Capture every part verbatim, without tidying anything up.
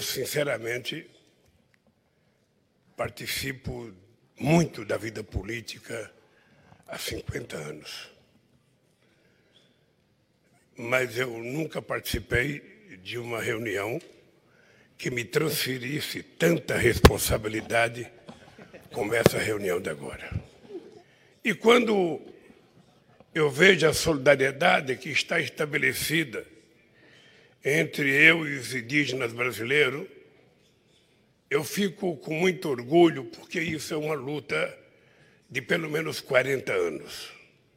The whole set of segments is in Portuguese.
sinceramente, participo muito da vida política há cinquenta anos. Mas eu nunca participei de uma reunião que me transferisse tanta responsabilidade como essa reunião de agora. E quando eu vejo a solidariedade que está estabelecida entre eu e os indígenas brasileiros, eu fico com muito orgulho, porque isso é uma luta de pelo menos quarenta anos.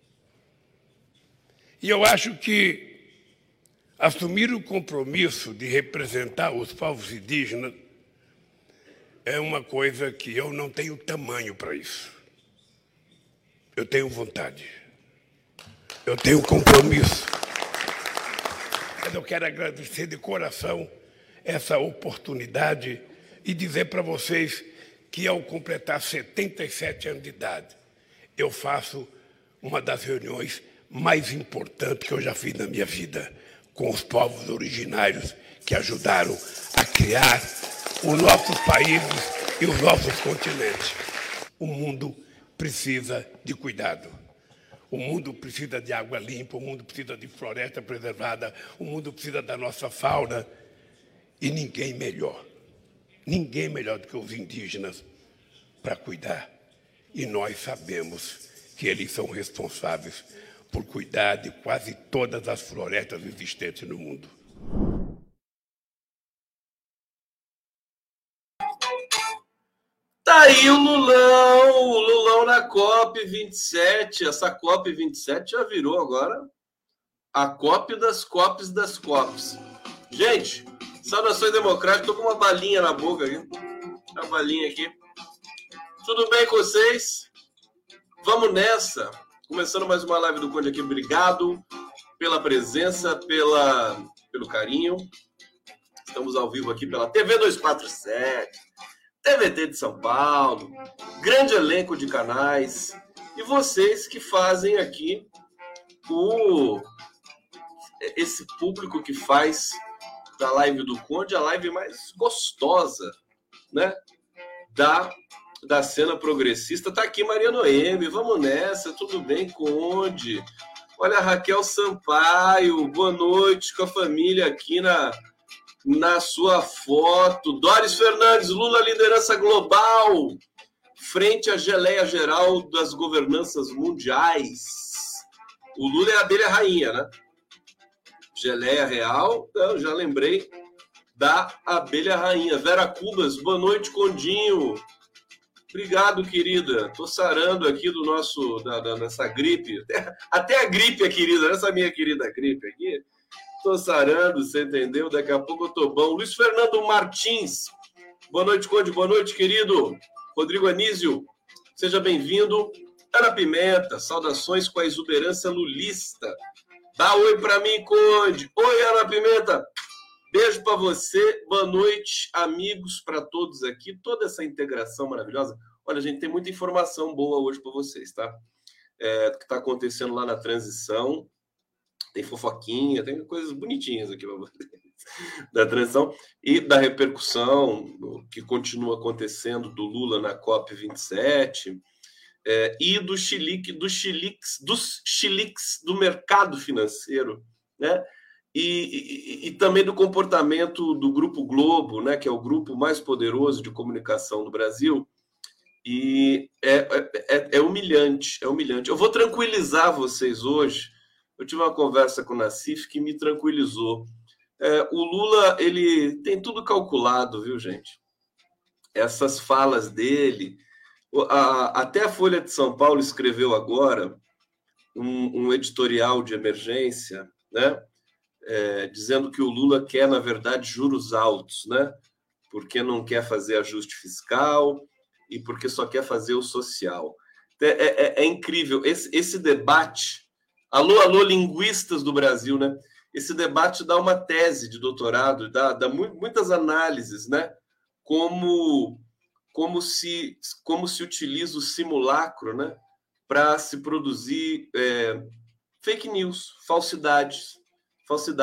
E eu acho que assumir o compromisso de representar os povos indígenas é uma coisa que eu não tenho tamanho para isso. Eu tenho vontade. Eu tenho compromisso. Mas eu quero agradecer de coração essa oportunidade e dizer para vocês que, ao completar setenta e sete anos de idade, eu faço uma das reuniões mais importantes que eu já fiz na minha vida com os povos originários que ajudaram a criar os nossos países e os nossos continentes. O mundo precisa de cuidado. O mundo precisa de água limpa, o mundo precisa de floresta preservada, o mundo precisa da nossa fauna. E ninguém melhor, ninguém melhor do que os indígenas para cuidar. E nós sabemos que eles são responsáveis por cuidar de quase todas as florestas existentes no mundo. Tá aí o Lulão, o Lulão na COP vinte e sete. Essa COP vinte e sete já virou agora a COP das COPs das COPs. Gente, saudações democráticas. Tô com uma balinha na boca aqui. Uma balinha aqui. Tudo bem com vocês? Vamos nessa. Começando mais uma live do Conde aqui. Obrigado pela presença, pela, pelo carinho. Estamos ao vivo aqui pela T V duzentos e quarenta e sete, T V T de São Paulo, grande elenco de canais. E vocês que fazem aqui o, esse público que faz da live do Conde a live mais gostosa, né? Da da cena progressista. Tá aqui Maria Noemi, vamos nessa, tudo bem, Conde? Olha a Raquel Sampaio, boa noite com a família aqui na, na sua foto. Doris Fernandes, Lula liderança global, frente à geleia geral das governanças mundiais. O Lula é a abelha rainha, né? Geleia real, eu já lembrei da abelha rainha. Vera Cubas, boa noite, Condinho. Obrigado, querida. Tô sarando aqui do nosso, da, da, nessa gripe. Até, até a gripe é querida, essa minha querida gripe aqui. Tô sarando, você entendeu? Daqui a pouco eu tô bom. Luiz Fernando Martins. Boa noite, Conde. Boa noite, querido. Rodrigo Anísio, seja bem-vindo. Ana Pimenta, saudações com a exuberância lulista. Dá oi pra mim, Conde. Oi, Ana Pimenta. Beijo para você, boa noite, amigos, para todos aqui, toda essa integração maravilhosa. Olha, gente, tem muita informação boa hoje para vocês, tá? É, o que está acontecendo lá na transição, tem fofoquinha, tem coisas bonitinhas aqui para vocês, da transição e da repercussão que continua acontecendo do Lula na COP vinte e sete, é, e do chilique, do chiliques, dos chiliques do mercado financeiro, né? E, e, e também do comportamento do Grupo Globo, né, que é o grupo mais poderoso de comunicação do Brasil, e é, é, é humilhante, é humilhante. Eu vou tranquilizar vocês hoje. Eu tive uma conversa com o Nassif que me tranquilizou. É, o Lula, ele tem tudo calculado, viu, gente? Essas falas dele... A, até a Folha de São Paulo escreveu agora um, um editorial de emergência, né? É, dizendo que o Lula quer, na verdade, juros altos, né? Porque não quer fazer ajuste fiscal e porque só quer fazer o social. É, é, é incrível. Esse, esse debate... Alô, alô, linguistas do Brasil, né? Esse debate dá uma tese de doutorado, dá, dá muitas análises, né? Como, como, se, como se utiliza o simulacro, né? Para se produzir é, fake news, falsidades. Falsidades.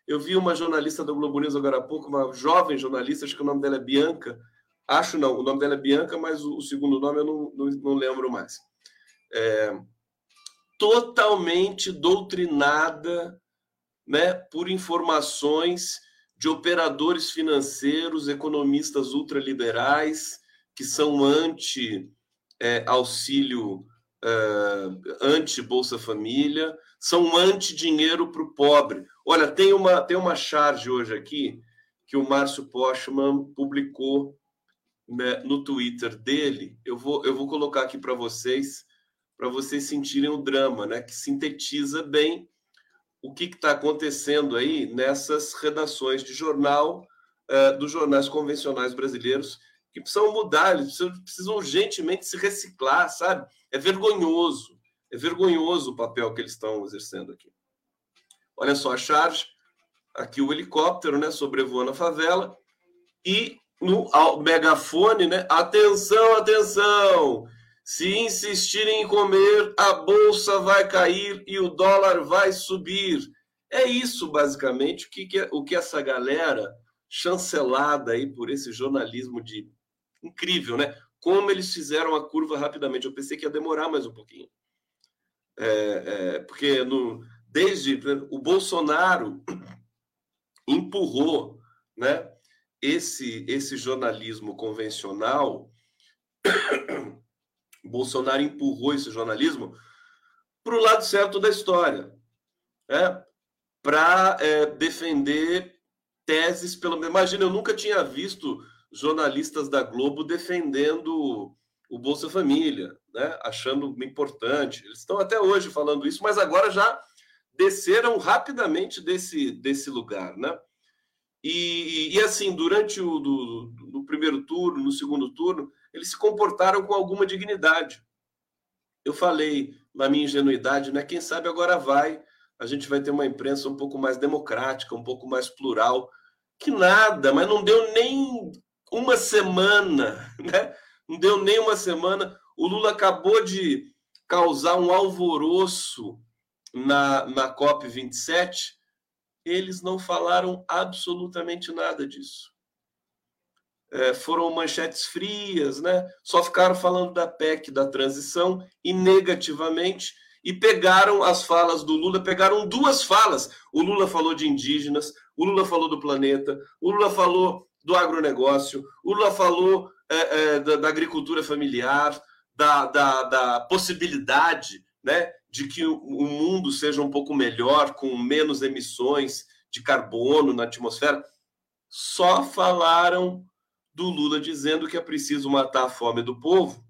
Eu vi uma jornalista do Globo News agora há pouco, uma jovem jornalista, acho que o nome dela é Bianca. Acho não, o nome dela é Bianca, mas o, o segundo nome eu não, não, não lembro mais. É, totalmente doutrinada, né, por informações de operadores financeiros, economistas ultraliberais, que são anti é, auxílio, é, anti-Bolsa Família, são anti-dinheiro para o pobre. Olha, tem uma, tem uma charge hoje aqui que o Márcio Postman publicou, né, no Twitter dele. Eu vou, eu vou colocar aqui para vocês, para vocês sentirem o drama, né, que sintetiza bem o que está acontecendo aí nessas redações de jornal, uh, dos jornais convencionais brasileiros, que precisam mudar, eles precisam, precisam urgentemente se reciclar, sabe? É vergonhoso, é vergonhoso o papel que eles estão exercendo aqui. Olha só a charge, aqui o helicóptero, né, sobrevoando a favela, e no megafone, né, atenção, atenção, se insistirem em comer, a bolsa vai cair e o dólar vai subir. É isso, basicamente, o que, o que essa galera chancelada aí por esse jornalismo de incrível, né? Como eles fizeram a curva rapidamente. Eu pensei que ia demorar mais um pouquinho. É, é, porque no, desde o Bolsonaro empurrou, né, esse, esse jornalismo convencional... Bolsonaro empurrou esse jornalismo para o lado certo da história, né? Para é, defender teses. Pelo imagina, eu nunca tinha visto jornalistas da Globo defendendo o Bolsa Família, né? Achando importante. Eles estão até hoje falando isso, mas agora já desceram rapidamente desse, desse lugar, né? E, e assim, durante o do, do primeiro turno, no segundo turno, eles se comportaram com alguma dignidade. Eu falei, na minha ingenuidade, né? Quem sabe agora vai, a gente vai ter uma imprensa um pouco mais democrática, um pouco mais plural. Que nada, mas não deu nem uma semana, né? Não deu nem uma semana. O Lula acabou de causar um alvoroço na, na COP vinte e sete. Eles não falaram absolutamente nada disso. É, foram manchetes frias, né? Só ficaram falando da P E C, da transição, e negativamente, e pegaram as falas do Lula, pegaram duas falas. O Lula falou de indígenas, o Lula falou do planeta, o Lula falou do agronegócio, o Lula falou é, é, da, da agricultura familiar, da, da, da possibilidade, né, de que o, o mundo seja um pouco melhor, com menos emissões de carbono na atmosfera. Só falaram do Lula dizendo que é preciso matar a fome do povo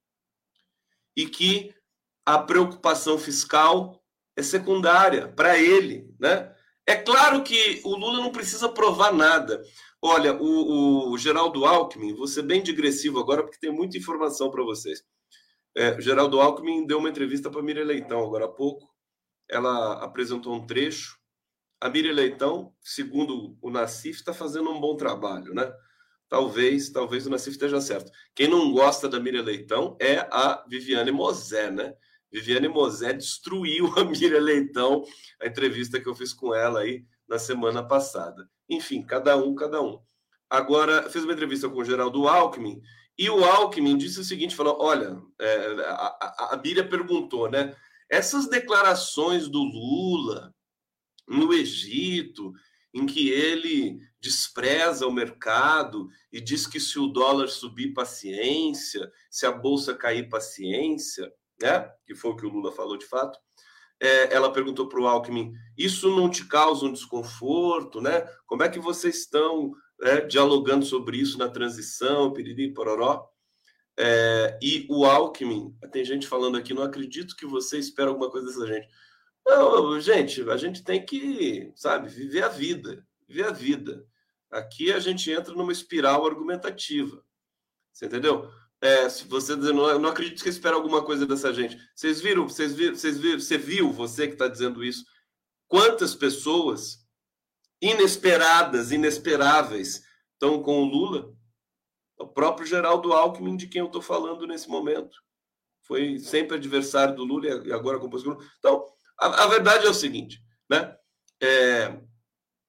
e que a preocupação fiscal é secundária para ele, né? É claro que o Lula não precisa provar nada. Olha, o, o Geraldo Alckmin, vou ser bem digressivo agora porque tem muita informação para vocês. É, Geraldo Alckmin deu uma entrevista para a Miriam Leitão agora há pouco. Ela apresentou um trecho. A Miriam Leitão, segundo o Nassif, está fazendo um bom trabalho, né? Talvez, talvez o Nassif esteja certo. Quem não gosta da Miriam Leitão é a Viviane Mosé, né? Viviane Mosé destruiu a Miriam Leitão, a entrevista que eu fiz com ela aí na semana passada. Enfim, cada um, cada um. Agora, fez uma entrevista com o Geraldo Alckmin, e o Alckmin disse o seguinte, falou, olha, é, a, a, a Miriam perguntou, né? Essas declarações do Lula no Egito, em que ele despreza o mercado e diz que se o dólar subir, paciência, se a bolsa cair, paciência, né? Que foi o que o Lula falou de fato. É, ela perguntou para o Alckmin, isso não te causa um desconforto, né? Como é que vocês estão é, dialogando sobre isso na transição, piriri, pororó? É, e o Alckmin, tem gente falando aqui, não acredito que você espera alguma coisa dessa gente. Não, gente, a gente tem que, sabe, viver a vida, viver a vida. Aqui a gente entra numa espiral argumentativa, você entendeu? É, se você dizendo, não, não acredito que espera alguma coisa dessa gente. Vocês viram, vocês viram, vocês viram, você viu, você que está dizendo isso, quantas pessoas inesperadas, inesperáveis estão com o Lula? O próprio Geraldo Alckmin, de quem eu estou falando nesse momento. Foi sempre adversário do Lula e agora compositor. Então, A, a verdade é o seguinte, né? É,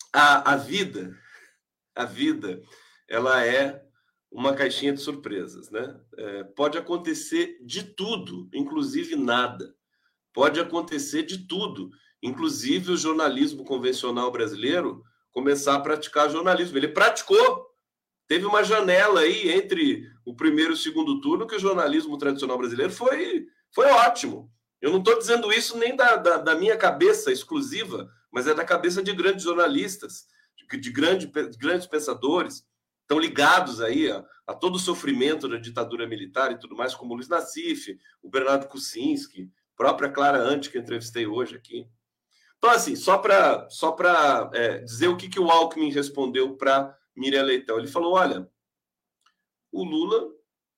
a, a vida, a vida, ela é uma caixinha de surpresas, né? É, pode acontecer de tudo, inclusive nada. Pode acontecer de tudo, inclusive o jornalismo convencional brasileiro começar a praticar jornalismo. Ele praticou. Teve uma janela aí entre o primeiro e o segundo turno que o jornalismo tradicional brasileiro foi, foi ótimo. Eu não estou dizendo isso nem da, da, da minha cabeça exclusiva, mas é da cabeça de grandes jornalistas, de, de, grande, de grandes pensadores, estão ligados aí a, a todo o sofrimento da ditadura militar e tudo mais, como o Luiz Nassif, o Bernardo Kucinski, própria Clara Ante, que eu entrevistei hoje aqui. Então, assim, só para só para é, dizer o que, que o Alckmin respondeu para Miriam Leitão. Ele falou, olha, o Lula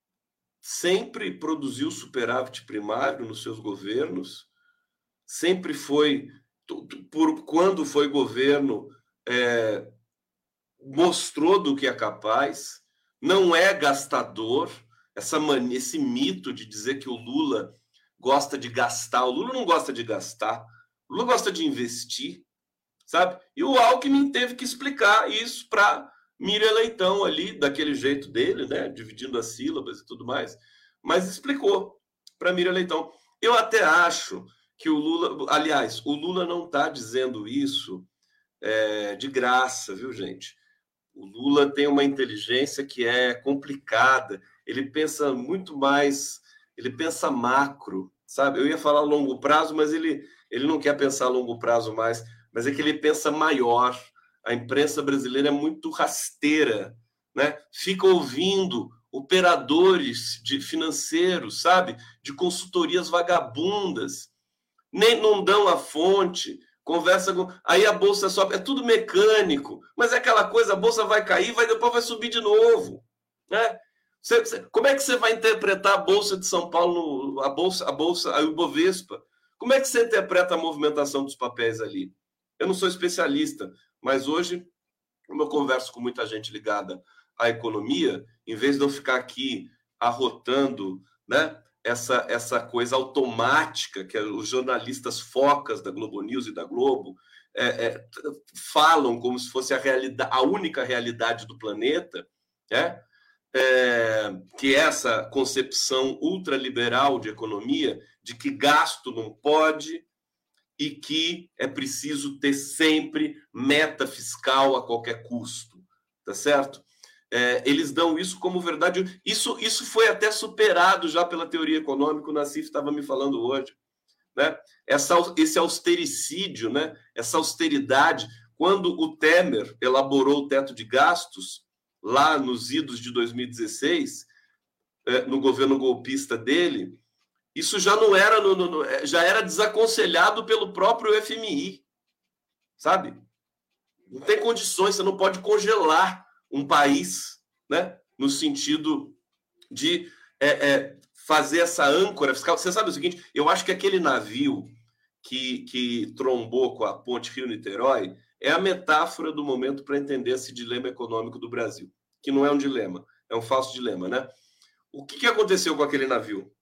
sempre produziu superávit primário nos seus governos, sempre foi, por quando foi governo, é, mostrou do que é capaz, não é gastador, essa mania, esse mito de dizer que o Lula gosta de gastar, o Lula não gosta de gastar, o Lula gosta de investir, sabe? E o Alckmin teve que explicar isso para Miriam Leitão ali, daquele jeito dele, né? Dividindo as sílabas e tudo mais, mas explicou para Miriam Leitão. Eu até acho que o Lula, aliás, o Lula não está dizendo isso é, de graça, viu, gente? O Lula tem uma inteligência que é complicada, ele pensa muito mais, ele pensa macro, sabe? Eu ia falar longo prazo, mas ele, ele não quer pensar a longo prazo mais, mas é que ele pensa maior. A imprensa brasileira é muito rasteira, né? Fica ouvindo operadores de financeiros, sabe? De consultorias vagabundas, nem não dão a fonte, conversa com... Aí a bolsa sobe, é tudo mecânico, mas é aquela coisa, a bolsa vai cair, vai, depois vai subir de novo, né? Você, você, como é que você vai interpretar a Bolsa de São Paulo, a Bolsa, a Bolsa, a Ibovespa? Como é que você interpreta a movimentação dos papéis ali? Eu não sou especialista, mas hoje, como eu converso com muita gente ligada à economia, em vez de eu ficar aqui arrotando, né, essa, essa coisa automática que os jornalistas focas da Globo News e da Globo é, é, falam como se fosse a, realidade, a única realidade do planeta, né? É, que é essa concepção ultraliberal de economia, de que gasto não pode e que é preciso ter sempre meta fiscal a qualquer custo, tá certo? É, eles dão isso como verdade. Isso, isso foi até superado já pela teoria econômica, o Nassif estava me falando hoje, né? Essa, esse austericídio, né? Essa austeridade, quando o Temer elaborou o teto de gastos, lá nos idos de dois mil e dezesseis, no governo golpista dele, isso já não era, no, no, já era desaconselhado pelo próprio F M I, sabe? Não tem condições, você não pode congelar um país, né? No sentido de é, é, fazer essa âncora fiscal. Você sabe o seguinte, eu acho que aquele navio que, que trombou com a ponte Rio-Niterói é a metáfora do momento para entender esse dilema econômico do Brasil, que não é um dilema, é um falso dilema, né? O que, que aconteceu com aquele navio?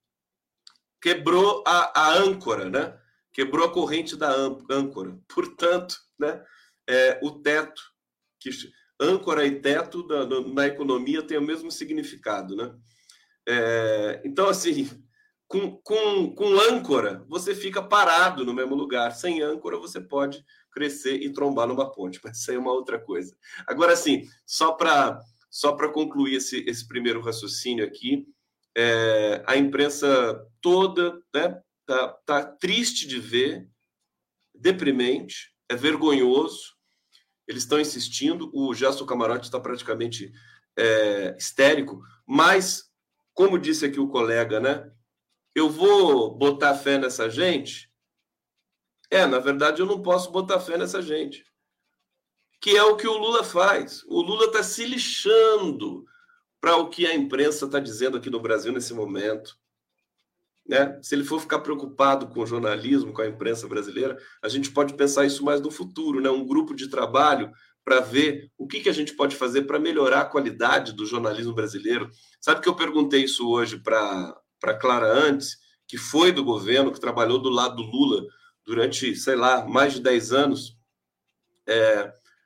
Quebrou a, a âncora, né? Quebrou a corrente da âncora. Portanto, né, é, o teto, que âncora e teto na, na economia tem o mesmo significado, né? É, então, assim, com, com, com âncora, você fica parado no mesmo lugar. Sem âncora, você pode crescer e trombar numa ponte, mas isso aí é uma outra coisa. Agora, assim, só para só para concluir esse, esse primeiro raciocínio aqui, é, a imprensa toda, né, tá, tá triste de ver, deprimente, é vergonhoso. Eles estão insistindo, o Gerson Camarote está praticamente é, histérico, mas, como disse aqui o colega, né, eu vou botar fé nessa gente? É, na verdade, eu não posso botar fé nessa gente. Que é o que o Lula faz. O Lula está se lixando para o que a imprensa está dizendo aqui no Brasil nesse momento. Né? Se ele for ficar preocupado com o jornalismo, com a imprensa brasileira, a gente pode pensar isso mais no futuro, né? Um grupo de trabalho para ver o que, que a gente pode fazer para melhorar a qualidade do jornalismo brasileiro. Sabe que eu perguntei isso hoje para para Clara Ante, que foi do governo, que trabalhou do lado do Lula durante, sei lá, mais de dez anos. É,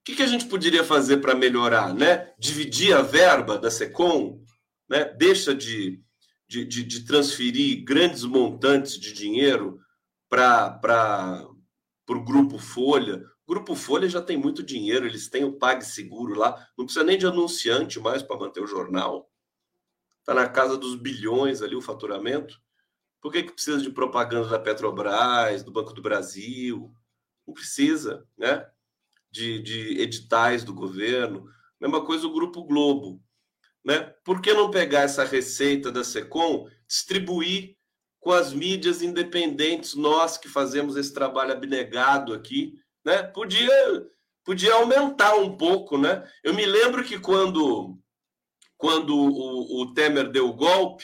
que, que a gente poderia fazer para melhorar, né? Dividir a verba da SECOM, né? Deixa de, de, de, de transferir grandes montantes de dinheiro para o Grupo Folha. O Grupo Folha já tem muito dinheiro, eles têm o PagSeguro lá, não precisa nem de anunciante mais para manter o jornal. Está na casa dos bilhões ali o faturamento. Por que, que precisa de propaganda da Petrobras, do Banco do Brasil? Não precisa, né? De, de editais do governo. Mesma coisa o Grupo Globo, né? Por que não pegar essa receita da SECOM, distribuir com as mídias independentes, nós que fazemos esse trabalho abnegado aqui, né? Podia, podia aumentar um pouco, né? Eu me lembro que quando, quando o, o Temer deu o golpe,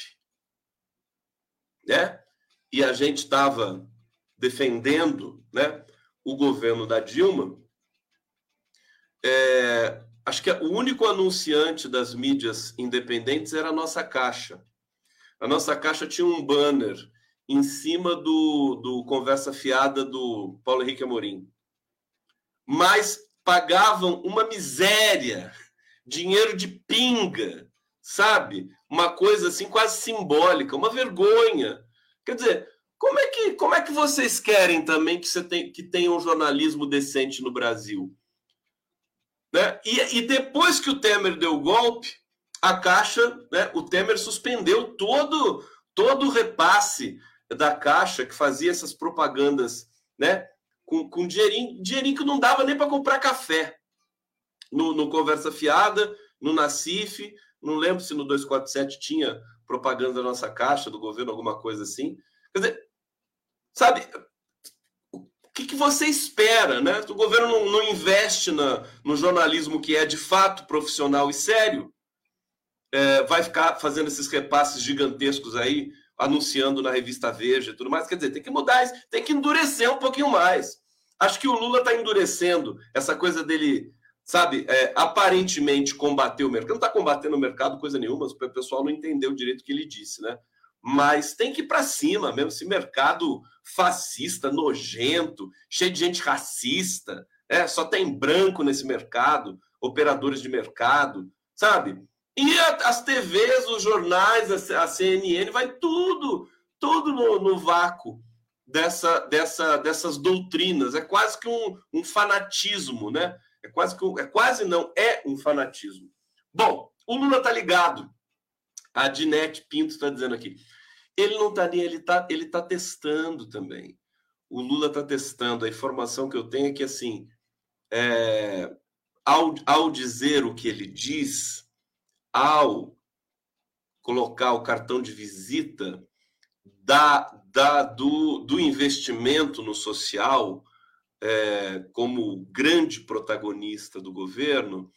né? E a gente estava defendendo, né, o governo da Dilma, é, acho que o único anunciante das mídias independentes era a nossa Caixa. A nossa Caixa tinha um banner em cima do, do Conversa Fiada do Paulo Henrique Amorim. Mas pagavam uma miséria, dinheiro de pinga, sabe? Uma coisa assim quase simbólica, uma vergonha. Quer dizer, como é que, como é que vocês querem também que, você tem, que tenha um jornalismo decente no Brasil? Né? E, e depois que o Temer deu o golpe, a Caixa, né, o Temer suspendeu todo, todo o repasse da Caixa, que fazia essas propagandas, né, com, com dinheirinho, dinheirinho que não dava nem para comprar café. No, no Conversa Fiada, no Nacif, não lembro se no duzentos e quarenta e sete tinha propaganda da nossa Caixa, do governo, alguma coisa assim. Quer dizer, sabe, o que, que você espera, né? O governo não, não investe na, no jornalismo que é de fato profissional e sério, é, vai ficar fazendo esses repasses gigantescos aí, anunciando na revista Veja e tudo mais. Quer dizer, tem que mudar isso, tem que endurecer um pouquinho mais. Acho que o Lula está endurecendo essa coisa dele, sabe, é, aparentemente combater o mercado. Não está combatendo o mercado, coisa nenhuma, o pessoal não entendeu direito o que ele disse, né? Mas tem que ir para cima mesmo, esse mercado fascista, nojento, cheio de gente racista, é, só tem branco nesse mercado, operadores de mercado, sabe? E a, as T Vs, os jornais, a, a C N N, vai tudo, tudo no, no vácuo dessa, dessa, dessas doutrinas. É quase que um, um fanatismo, né? É quase que um, é quase não, é um fanatismo. Bom, o Lula tá ligado. A Dinete Pinto está dizendo aqui. Ele não está nem, ele está ele tá testando também. O Lula está testando. A informação que eu tenho é que, assim, é, ao, ao dizer o que ele diz, ao colocar o cartão de visita da, da, do, do investimento no social é, como grande protagonista do governo,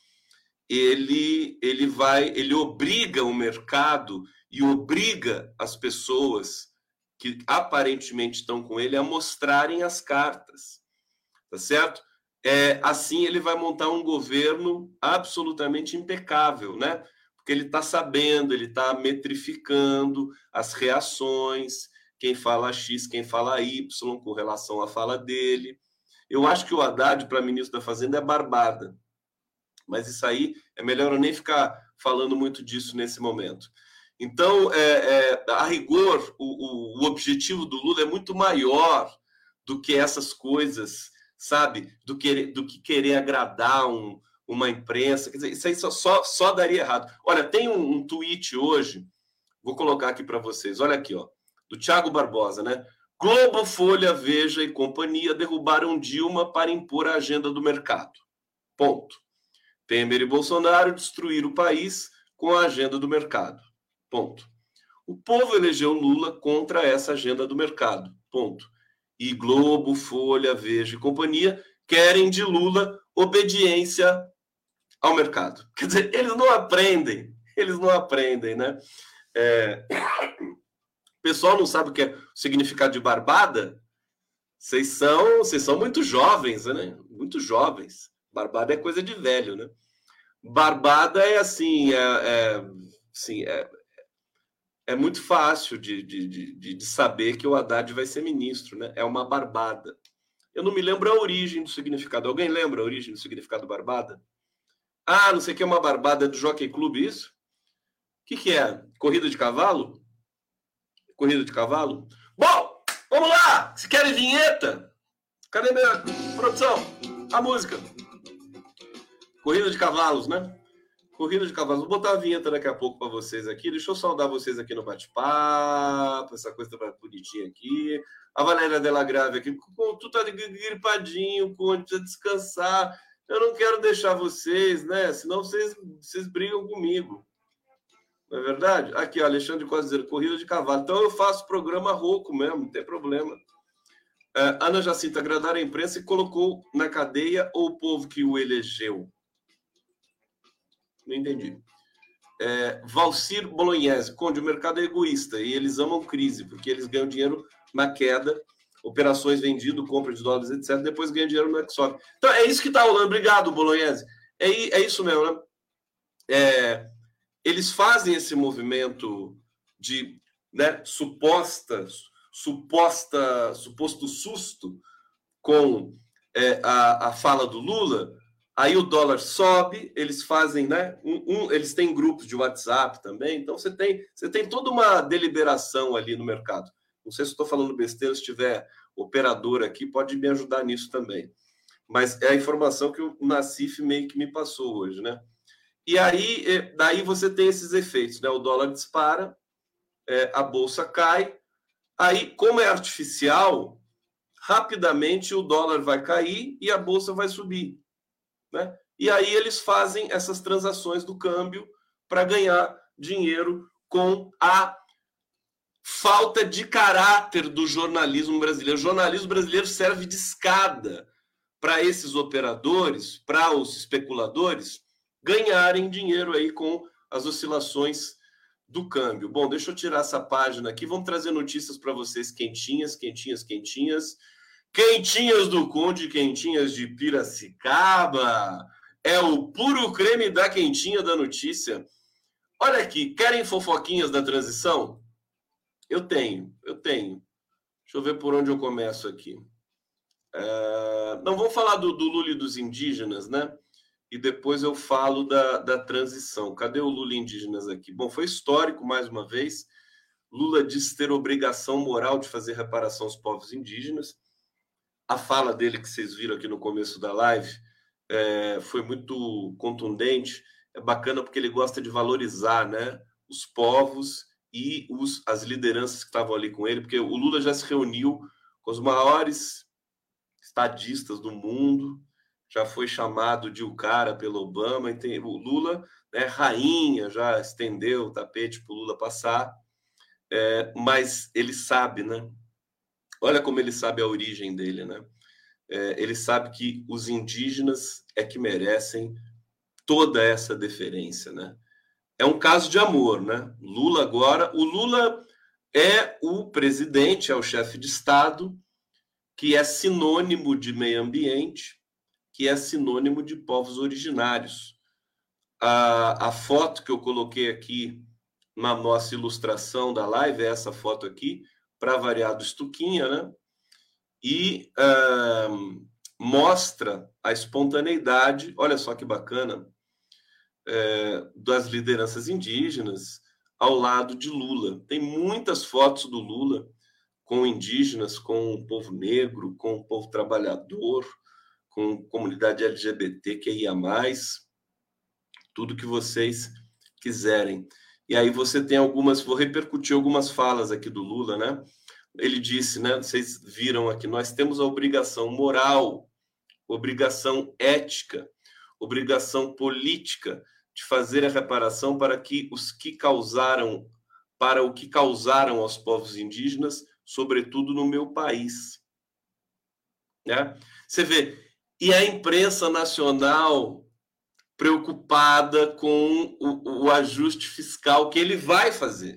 ele, ele vai, ele obriga o mercado e obriga as pessoas que aparentemente estão com ele a mostrarem as cartas, tá certo? É, assim ele vai montar um governo absolutamente impecável, né? Porque ele está sabendo, ele está metrificando as reações, quem fala X, quem fala Y, com relação à fala dele. Eu acho que o Haddad, para ministro da Fazenda, é barbada. Mas isso aí é melhor eu nem ficar falando muito disso nesse momento. Então, é, é, a rigor, o, o, o objetivo do Lula é muito maior do que essas coisas, sabe? Do que, do que querer agradar um, uma imprensa. Quer dizer, isso aí só, só, só daria errado. Olha, tem um, um tweet hoje, vou colocar aqui para vocês. Olha aqui, ó, do Thiago Barbosa, né? Globo, Folha, Veja e companhia derrubaram Dilma para impor a agenda do mercado. Ponto. Temer e Bolsonaro destruíram o país com a agenda do mercado. Ponto. O povo elegeu Lula contra essa agenda do mercado. Ponto. E Globo, Folha, Veja e companhia querem de Lula obediência ao mercado. Quer dizer, eles não aprendem. Eles não aprendem, né? É... O pessoal não sabe o que é o significado de barbada? Vocês são, vocês são muito jovens, né? Muito jovens. Barbada é coisa de velho, né? Barbada é assim, é, é, assim, é, é muito fácil de, de, de, de saber que o Haddad vai ser ministro, né? É uma barbada. Eu não me lembro a origem do significado. Alguém lembra a origem do significado barbada? Ah, não sei o que é uma barbada do Jockey Club, isso? O que, que é? Corrida de cavalo? Corrida de cavalo? Bom, vamos lá! Se querem vinheta? Cadê minha produção? A música. Corrida de cavalos, né? Corrida de cavalos. Vou botar a vinheta daqui a pouco para vocês aqui. Deixa eu saudar vocês aqui no bate-papo. Essa coisa tá bonitinha aqui. A Valéria Della Grave aqui. Tu tá gripadinho, Conde, precisa descansar. Eu não quero deixar vocês, né? Senão vocês, vocês brigam comigo. Não é verdade? Aqui, ó, Alexandre Costa dizendo, corrida de cavalo. Então eu faço programa rouco mesmo, não tem problema. Uh, Ana Jacinta, agradar a imprensa e colocou na cadeia ou o povo que o elegeu? Não entendi. É, Valcir Bolognese, Conde, o mercado é egoísta e eles amam crise, porque eles ganham dinheiro na queda, operações vendido, compra de dólares, etcétera. Depois ganham dinheiro no que sobe. Então, é isso que está rolando. Obrigado, Bolognese. É, é isso mesmo, né? É, eles fazem esse movimento de, né, suposta, suposta, suposto susto com é, a, a fala do Lula. Aí o dólar sobe, eles fazem, né? Um, um, eles têm grupos de WhatsApp também, então você tem, você tem toda uma deliberação ali no mercado. Não sei se estou falando besteira, se tiver operador aqui, pode me ajudar nisso também. Mas é a informação que o Nassif meio que me passou hoje, né? E aí, daí você tem esses efeitos, né? O dólar dispara, é, a bolsa cai, aí, como é artificial, rapidamente o dólar vai cair e a bolsa vai subir. Né? E aí eles fazem essas transações do câmbio para ganhar dinheiro com a falta de caráter do jornalismo brasileiro. O jornalismo brasileiro serve de escada para esses operadores, para os especuladores, ganharem dinheiro aí com as oscilações do câmbio. Bom, deixa eu tirar essa página aqui. Vamos trazer notícias para vocês quentinhas, quentinhas, quentinhas. Quentinhas do Conde, quentinhas de Piracicaba. É o puro creme da quentinha da notícia. Olha aqui, querem fofoquinhas da transição? Eu tenho, eu tenho. Deixa eu ver por onde eu começo aqui. É... Não, vamos falar do, do Lula e dos indígenas, né? E depois eu falo da, da transição. Cadê o Lula e indígenas aqui? Bom, foi histórico mais uma vez. Lula disse ter obrigação moral de fazer reparação aos povos indígenas. A fala dele, que vocês viram aqui no começo da live, é, foi muito contundente. É bacana porque ele gosta de valorizar, né, os povos e os, as lideranças que estavam ali com ele, porque o Lula já se reuniu com os maiores estadistas do mundo, já foi chamado de o cara pelo Obama, e tem, o Lula, né, rainha, já estendeu o tapete para o Lula passar, é, mas ele sabe, né? Olha como ele sabe a origem dele, né? É, ele sabe que os indígenas é que merecem toda essa deferência, né? É um caso de amor, né? Lula agora... O Lula é o presidente, é o chefe de Estado, que é sinônimo de meio ambiente, que é sinônimo de povos originários. A, a foto que eu coloquei aqui na nossa ilustração da live é essa foto aqui, para variar do Stuquinha, né? E uh, mostra a espontaneidade, olha só que bacana, é, das lideranças indígenas ao lado de Lula. Tem muitas fotos do Lula com indígenas, com o povo negro, com o povo trabalhador, com comunidade L G B T Q I A mais, tudo que vocês quiserem. E aí você tem algumas, vou repercutir algumas falas aqui do Lula, né? Ele disse, né? Vocês viram aqui, nós temos a obrigação moral, obrigação ética, obrigação política de fazer a reparação para que os que causaram, para o que causaram aos povos indígenas, sobretudo no meu país. Né? Você vê, e a imprensa nacional preocupada com o, o ajuste fiscal que ele vai fazer.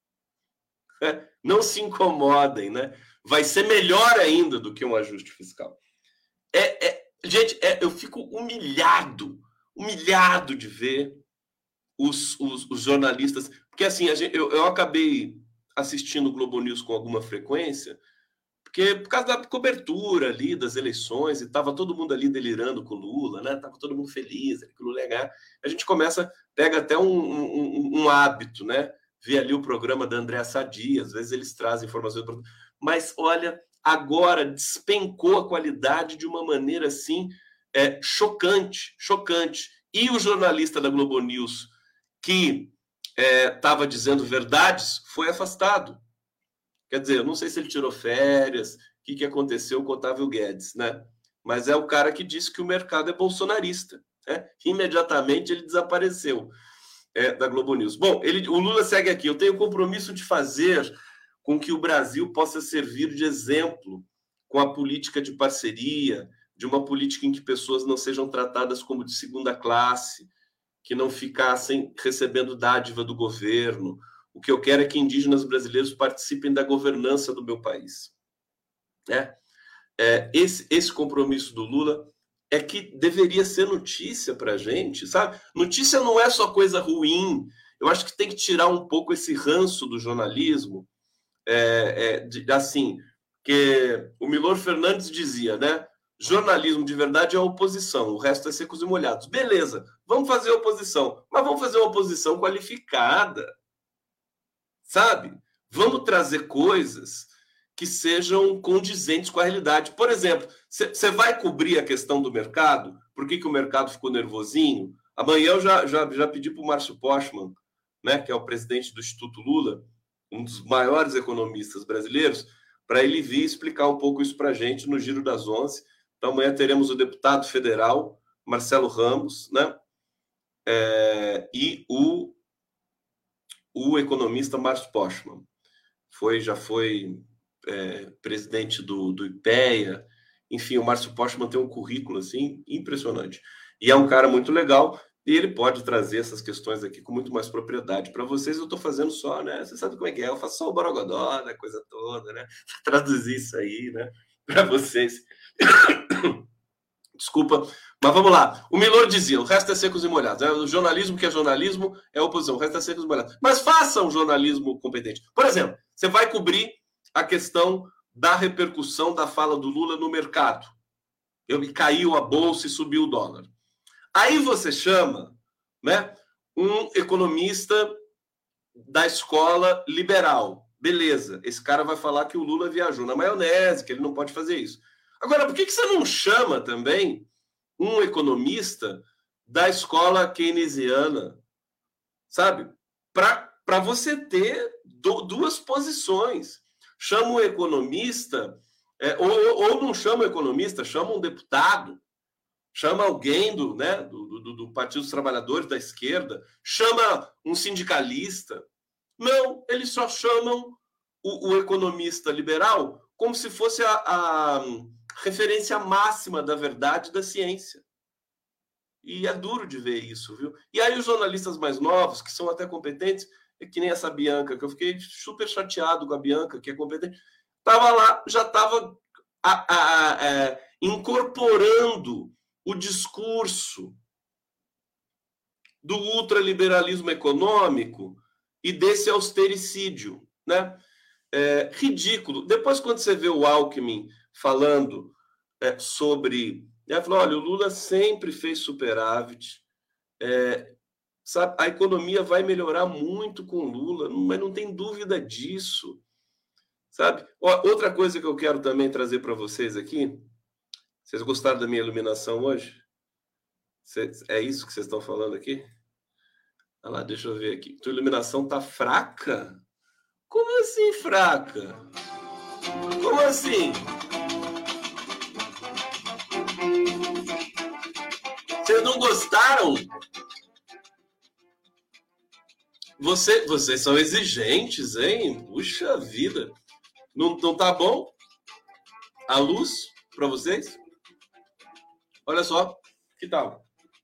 Não se incomodem, né? Vai ser melhor ainda do que um ajuste fiscal. É, é, gente, é, eu fico humilhado, humilhado de ver os, os, os jornalistas, porque assim, a gente, eu, eu acabei assistindo o Globo News com alguma frequência, Porque por causa da cobertura ali das eleições, e estava todo mundo ali delirando com o Lula, né? Tava todo mundo feliz, que o Lula ia ganhar. A gente começa, pega até um, um, um hábito, né? Vê ali o programa da Andréa Sadi, às vezes eles trazem informações. Mas, olha, agora despencou a qualidade de uma maneira, assim, é, chocante, chocante. E o jornalista da Globo News, que estava é, dizendo verdades, foi afastado. Quer dizer, eu não sei se ele tirou férias, o que, que aconteceu com o Otávio Guedes, né? Mas é o cara que disse que o mercado é bolsonarista, né? Imediatamente ele desapareceu é, da Globo News. Bom, ele, o Lula segue aqui. Eu tenho o compromisso de fazer com que o Brasil possa servir de exemplo com a política de parceria, de uma política em que pessoas não sejam tratadas como de segunda classe, que não ficassem recebendo dádiva do governo. O que eu quero é que indígenas brasileiros participem da governança do meu país. É, é, esse, esse compromisso do Lula é que deveria ser notícia para a gente, sabe? Notícia não é só coisa ruim. Eu acho que tem que tirar um pouco esse ranço do jornalismo. É, é, de, assim, que o Milor Fernandes dizia, né? Jornalismo de verdade é a oposição, o resto é secos e molhados. Beleza, vamos fazer oposição, mas vamos fazer uma oposição qualificada. Sabe? Vamos trazer coisas que sejam condizentes com a realidade. Por exemplo, você vai cobrir a questão do mercado? Por que, que o mercado ficou nervosinho? Amanhã eu já, já, já pedi para o Márcio Postman, né, que é o presidente do Instituto Lula, um dos maiores economistas brasileiros, para ele vir explicar um pouco isso para a gente no Giro das Onze. Então, amanhã teremos o deputado federal, Marcelo Ramos, né, é, e o o economista Márcio Postman. Foi, já foi é, presidente do, do IPEA. Enfim, o Márcio Postman tem um currículo assim, impressionante. E é um cara muito legal, e ele pode trazer essas questões aqui com muito mais propriedade. Para vocês, eu estou fazendo só, né? Você sabe como é que é? Eu faço só o borogodó, né? Coisa toda, né? Traduzir isso aí, né? Para vocês. Desculpa, mas vamos lá. O Milor dizia, o resto é secos e molhados. Né? O jornalismo que é jornalismo é oposição, o resto é secos e molhados. Mas faça um jornalismo competente. Por exemplo, você vai cobrir a questão da repercussão da fala do Lula no mercado. Eu, caiu a bolsa e subiu o dólar. Aí você chama, né, um economista da escola liberal. Beleza, esse cara vai falar que o Lula viajou na maionese, que ele não pode fazer isso. Agora, por que, que você não chama também um economista da escola keynesiana, sabe? Para você ter do, duas posições. Chama um economista, é, ou, ou não chama um economista, chama um deputado, chama alguém do, né, do, do, do Partido dos Trabalhadores, da esquerda, chama um sindicalista. Não, eles só chamam o, o economista liberal como se fosse a, a referência máxima da verdade da ciência. E é duro de ver isso, viu? E aí os jornalistas mais novos, que são até competentes, é que nem essa Bianca, que eu fiquei super chateado com a Bianca, que é competente, estava lá, já estava incorporando o discurso do ultraliberalismo econômico e desse austericídio, né? É, ridículo. Depois, quando você vê o Alckmin falando é, sobre... Ele falou, olha, o Lula sempre fez superávit, é, sabe, a economia vai melhorar muito com o Lula, mas não tem dúvida disso, sabe? Outra coisa que eu quero também trazer para vocês aqui, vocês gostaram da minha iluminação hoje? É isso que vocês estão falando aqui? Olha lá, deixa eu ver aqui. Tua iluminação tá fraca? Como assim fraca? Como assim? Vocês não gostaram? Você, vocês são exigentes, hein? Puxa vida. Não, não tá bom? A luz para vocês? Olha só. Que tal?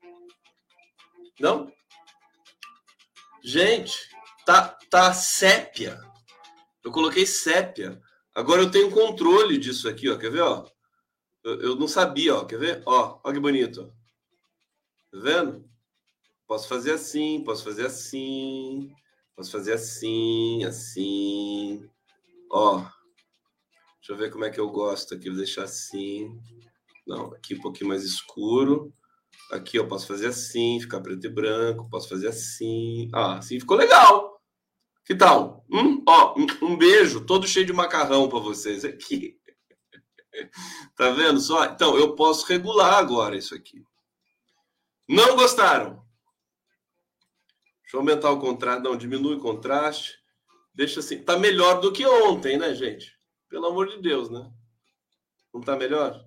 Não? Gente, tá, tá sépia. Eu coloquei sépia. Agora eu tenho controle disso aqui, ó. Quer ver, ó? Eu, eu não sabia, ó. Quer ver? Ó, ó que bonito. Tá vendo? Posso fazer assim, posso fazer assim, posso fazer assim, assim. Ó. Deixa eu ver como é que eu gosto aqui. Vou deixar assim. Não, aqui um pouquinho mais escuro. Aqui eu posso fazer assim, ficar preto e branco. Posso fazer assim. Ah, assim ficou legal. Que tal? Hum? Ó, um, um beijo todo cheio de macarrão para vocês aqui. Tá vendo só? Então, eu posso regular agora isso aqui. Não gostaram? Deixa eu aumentar o contraste. Não, diminui o contraste. Deixa assim. Tá melhor do que ontem, né, gente? Pelo amor de Deus, né? Não tá melhor?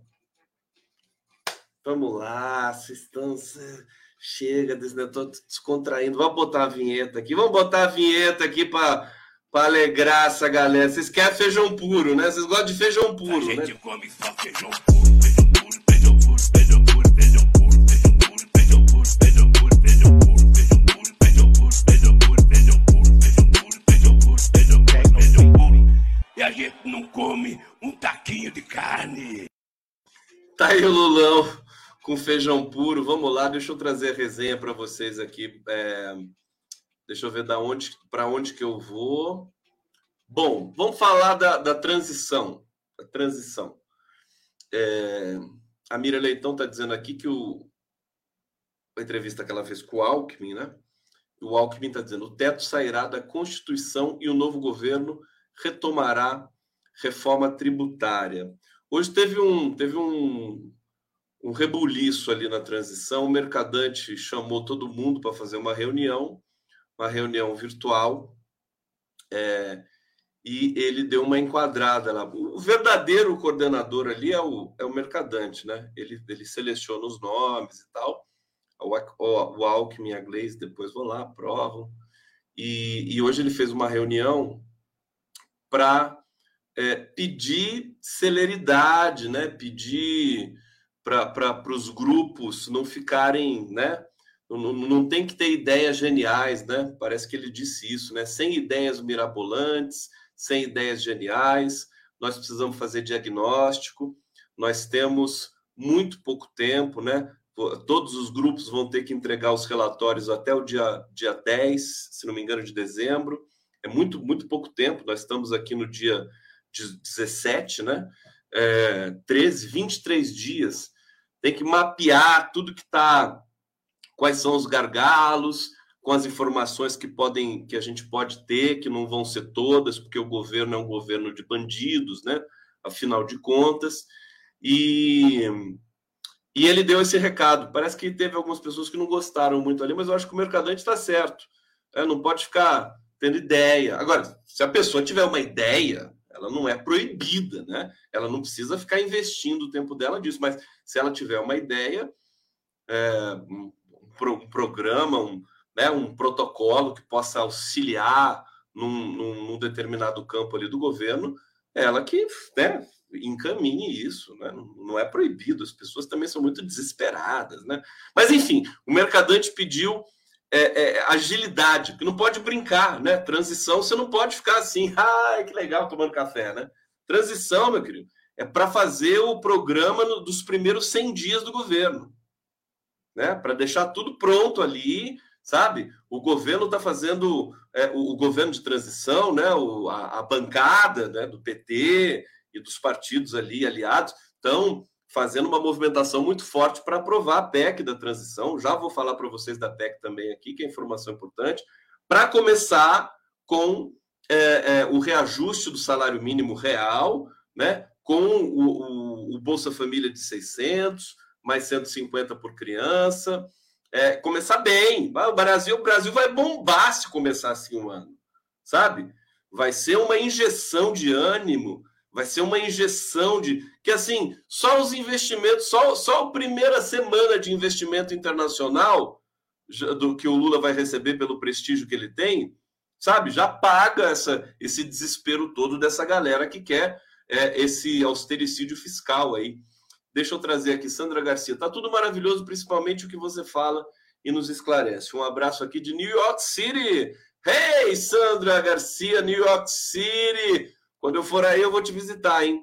Vamos lá, vocês estão... Chega desse, né? Tô descontraindo. Vamos botar a vinheta aqui. Vamos botar a vinheta aqui para alegrar essa galera. Vocês querem feijão puro, né? Vocês gostam de feijão puro, a gente né? Come só feijão puro, feijão puro, feijão puro, feijão puro, feijão puro, feijão puro, feijão puro, feijão puro, feijão puro, feijão puro, feijão puro, feijão puro, feijão puro, feijão puro, feijão puro, feijão puro, feijão puro. E a gente não come um taquinho de carne. Tá aí o Lulão com feijão puro. Vamos lá, deixa eu trazer a resenha para vocês aqui. É... Deixa eu ver da onde, para onde que eu vou. Bom, vamos falar da, da transição. A transição. É... A Mira Leitão está dizendo aqui que o... a entrevista que ela fez com o Alckmin, né? O Alckmin está dizendo: o teto sairá da Constituição e o novo governo retomará reforma tributária. Hoje teve um, teve um, um rebuliço ali na transição. O Mercadante chamou todo mundo para fazer uma reunião, uma reunião virtual, é, e ele deu uma enquadrada lá. O verdadeiro coordenador ali é o, é o Mercadante, né? Ele, ele seleciona os nomes e tal. O, o, o Alckmin e a Gleisi depois vão lá, aprovam. E, e hoje ele fez uma reunião para é, pedir celeridade, né? Pedir para os grupos não ficarem, né? Não, não tem que ter ideias geniais, né? Parece que ele disse isso, né? Sem ideias mirabolantes, sem ideias geniais, nós precisamos fazer diagnóstico, nós temos muito pouco tempo, né? Todos os grupos vão ter que entregar os relatórios até o dia, dia dez, se não me engano, de dezembro. É muito, muito pouco tempo, nós estamos aqui no dia dezessete, né? É, treze, vinte e três dias. Tem que mapear tudo que está... Quais são os gargalos, com as informações que, podem, que a gente pode ter, que não vão ser todas, porque o governo é um governo de bandidos, né? Afinal de contas. E, e ele deu esse recado. Parece que teve algumas pessoas que não gostaram muito ali, mas eu acho que o Mercadante está certo. É, não pode ficar tendo ideia. Agora, se a pessoa tiver uma ideia, ela não é proibida, né? Ela não precisa ficar investindo o tempo dela disso, mas se ela tiver uma ideia, é, um, um programa, um, né, um protocolo que possa auxiliar num, num, num determinado campo ali do governo, ela que, né, encaminhe isso, né? Não, não é proibido, as pessoas também são muito desesperadas, né? Mas, enfim, o Mercadante pediu é, é, agilidade, porque não pode brincar, né? Transição, você não pode ficar assim, ai, que legal, tomando café, né? Transição, meu querido, é para fazer o programa no, dos primeiros cem dias do governo, né? Para deixar tudo pronto ali, sabe? O governo está fazendo, é, o, o governo de transição, né? O, a, a bancada, né, do P T e dos partidos ali aliados estão fazendo uma movimentação muito forte para aprovar a P E C da transição. Já vou falar para vocês da P E C também aqui, que é informação importante, para começar com é, é, o reajuste do salário mínimo real, né? Com o, o, o Bolsa Família de seiscentos, mais cento e cinquenta por criança. É, começar bem. O Brasil, o Brasil vai bombar se começar assim um ano, sabe? Vai ser uma injeção de ânimo, vai ser uma injeção de... Que, assim, só os investimentos, só, só a primeira semana de investimento internacional do que o Lula vai receber pelo prestígio que ele tem, sabe? Já paga essa, esse desespero todo dessa galera que quer é, esse austericídio fiscal aí. Deixa eu trazer aqui, Sandra Garcia. Tá tudo maravilhoso, principalmente o que você fala e nos esclarece. Um abraço aqui de New York City. Hey, Sandra Garcia, New York City. Quando eu for aí, eu vou te visitar, hein?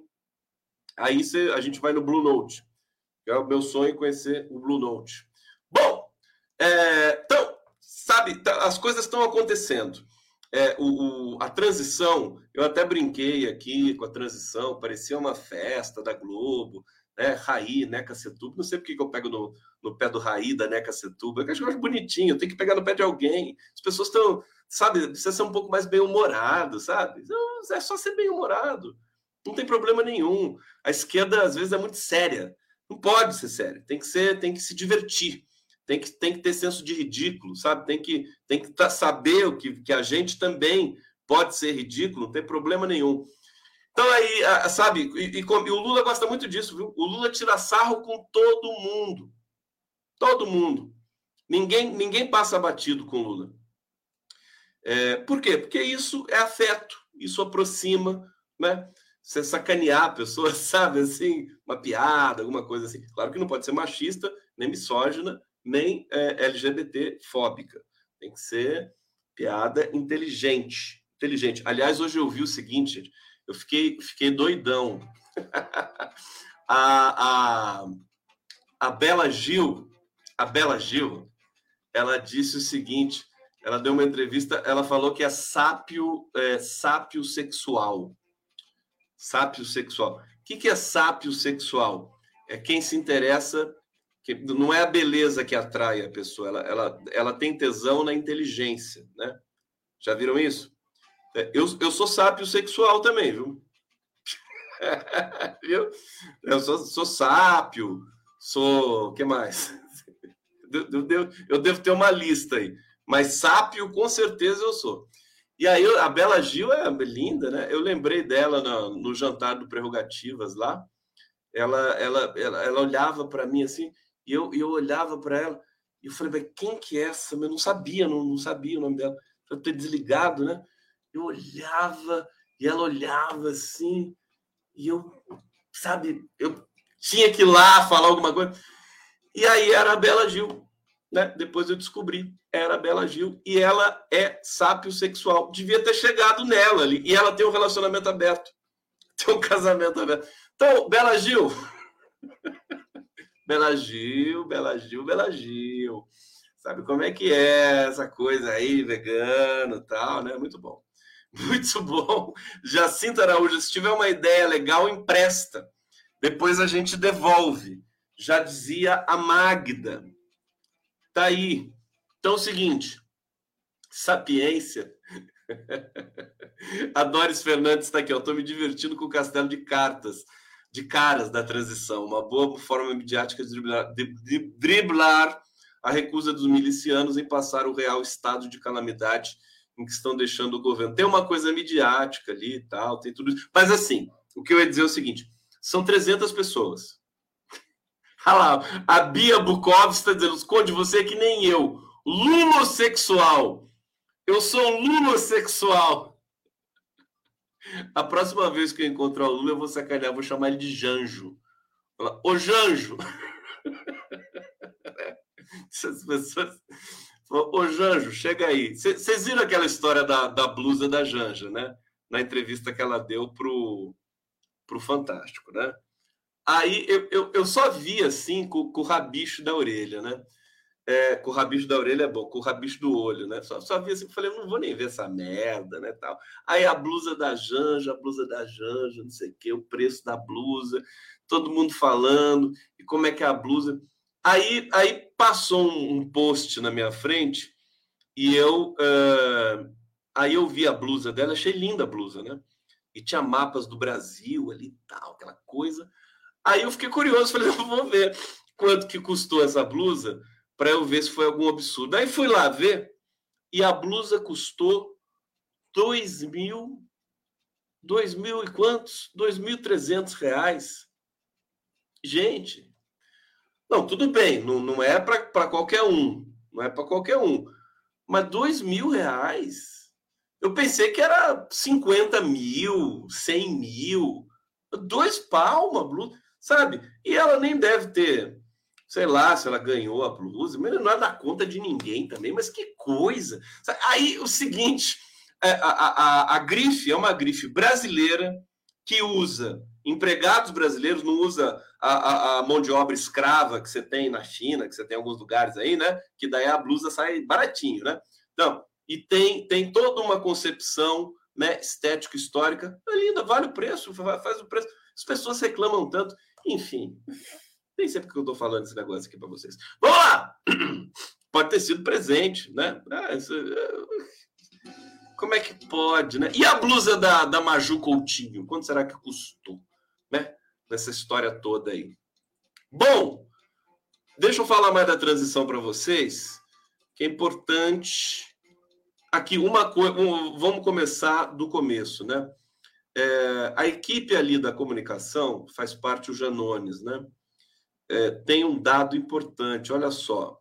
Aí cê, a gente vai no Blue Note. É o meu sonho conhecer o Blue Note. Bom, é, então, sabe, as coisas estão acontecendo. é, o, o, a transição, eu até brinquei aqui com a transição, parecia uma festa da Globo, né? Raí, Neca Setúbal, não sei por que eu pego no, no pé do Raí, da Neca Setúbal, eu acho, eu acho bonitinho, tem que pegar no pé de alguém, as pessoas estão, sabe, precisa ser um pouco mais bem-humorado, sabe? É só ser bem-humorado, não tem problema nenhum. A esquerda, às vezes, é muito séria, não pode ser séria, tem que ser, tem que se divertir. Tem que, tem que ter senso de ridículo, sabe? Tem que, tem que tá, saber o que, que a gente também pode ser ridículo, não tem problema nenhum. Então, aí, sabe, e, e, e o Lula gosta muito disso, viu? O Lula tira sarro com todo mundo. Todo mundo. Ninguém, ninguém passa batido com o Lula. É, por quê? Porque isso é afeto, isso aproxima, né? Você sacanear a pessoa, sabe, assim, uma piada, alguma coisa assim. Claro que não pode ser machista, nem misógina, nem é, L G B T fóbica. Tem que ser piada inteligente. Inteligente. Aliás, hoje eu vi o seguinte, eu fiquei, fiquei doidão. a, a, a Bela Gil, a Bela Gil, ela disse o seguinte, ela deu uma entrevista, ela falou que é sápio, é, sápio sexual. Sápio sexual. O que, que é sápio sexual? É quem se interessa... Que não é a beleza que atrai a pessoa, ela, ela, ela tem tesão na inteligência, né? Já viram isso? Eu, eu sou sápio sexual também, viu? viu? Eu sou, sou sápio, sou... O que mais? Eu devo, eu devo ter uma lista aí, mas sápio com certeza eu sou. E aí a Bela Gil é linda, né? Eu lembrei dela no, no jantar do Prerrogativas lá, ela, ela, ela, ela olhava para mim assim... E eu, eu olhava para ela e eu falei, mas quem que é essa? Eu não sabia, não, não sabia o nome dela. Eu ter desligado, né? Eu olhava e ela olhava assim e eu, sabe, eu tinha que ir lá falar alguma coisa. E aí era a Bela Gil, né? Depois eu descobri, era a Bela Gil e ela é sápio sexual. Devia ter chegado nela ali. E ela tem um relacionamento aberto. Tem um casamento aberto. Então, Bela Gil... Bela Gil, Bela Gil, Bela Gil. Sabe como é que é essa coisa aí, vegano e tal, né? Muito bom. Muito bom. Jacinto Araújo, se tiver uma ideia legal, empresta. Depois a gente devolve. Já dizia a Magda. Tá aí. Então é o seguinte. Sapiência. A Doris Fernandes está aqui, ó. Estou me divertindo com o castelo de cartas. De caras da transição, uma boa forma midiática de driblar, de, de driblar a recusa dos milicianos em passar o real estado de calamidade em que estão deixando o governo. Tem uma coisa midiática ali e tal, tem tudo isso. Mas assim, o que eu ia dizer é o seguinte, são trezentas pessoas. Olha lá, a Bia Bukov está dizendo, Conde, você é que nem eu, lulossexual. Eu sou um lulossexual. A próxima vez que eu encontrar o Lula, eu vou sacanear, vou chamar ele de Janjo. Falar, ô Janjo! Essas pessoas... Ô Janjo, chega aí. Vocês viram aquela história da, da blusa da Janja, né? Na entrevista que ela deu pro, pro Fantástico, né? Aí eu, eu, eu só vi assim com, com o rabicho da orelha, né? É, com o rabicho da orelha é bom, com o rabicho do olho, né? Só, só vi assim, falei, eu não vou nem ver essa merda, né? Tal. Aí a blusa da Janja, a blusa da Janja, não sei o quê, o preço da blusa, todo mundo falando, e como é que é a blusa. Aí, aí passou um, um post na minha frente, e eu, uh, aí eu vi a blusa dela, achei linda a blusa, né? E tinha mapas do Brasil ali e tal, aquela coisa. Aí eu fiquei curioso, falei, eu vou ver quanto que custou essa blusa, para eu ver se foi algum absurdo. Aí fui lá ver, e a blusa custou dois mil, dois mil e quantos? Dois mil e trezentos reais. Gente, não, tudo bem, não, não é para qualquer um, não é para qualquer um, mas dois mil reais? Eu pensei que era cinquenta mil, cem mil, dois pau uma blusa, sabe? E ela nem deve ter... Sei lá se ela ganhou a blusa, mas não é da conta de ninguém também, mas que coisa. Aí o seguinte, a, a, a, a grife é uma grife brasileira que usa empregados brasileiros, não usa a, a, a mão de obra escrava que você tem na China, que você tem em alguns lugares aí, né? Que daí a blusa sai baratinho, né? Não, e tem, tem toda uma concepção, né, estética, histórica. É linda, vale o preço, faz o preço. As pessoas reclamam tanto. Enfim, nem sei porque eu estou falando esse negócio aqui para vocês. Vamos lá! Pode ter sido presente, né? Ah, isso, como é que pode, né? E a blusa da, da Maju Coutinho? Quanto será que custou, né? Nessa história toda aí. Bom, deixa eu falar mais da transição para vocês, que é importante. Aqui, uma coisa, um, vamos começar do começo, né? É, a equipe ali da comunicação, faz parte o Janones, né? É, tem um dado importante, olha só.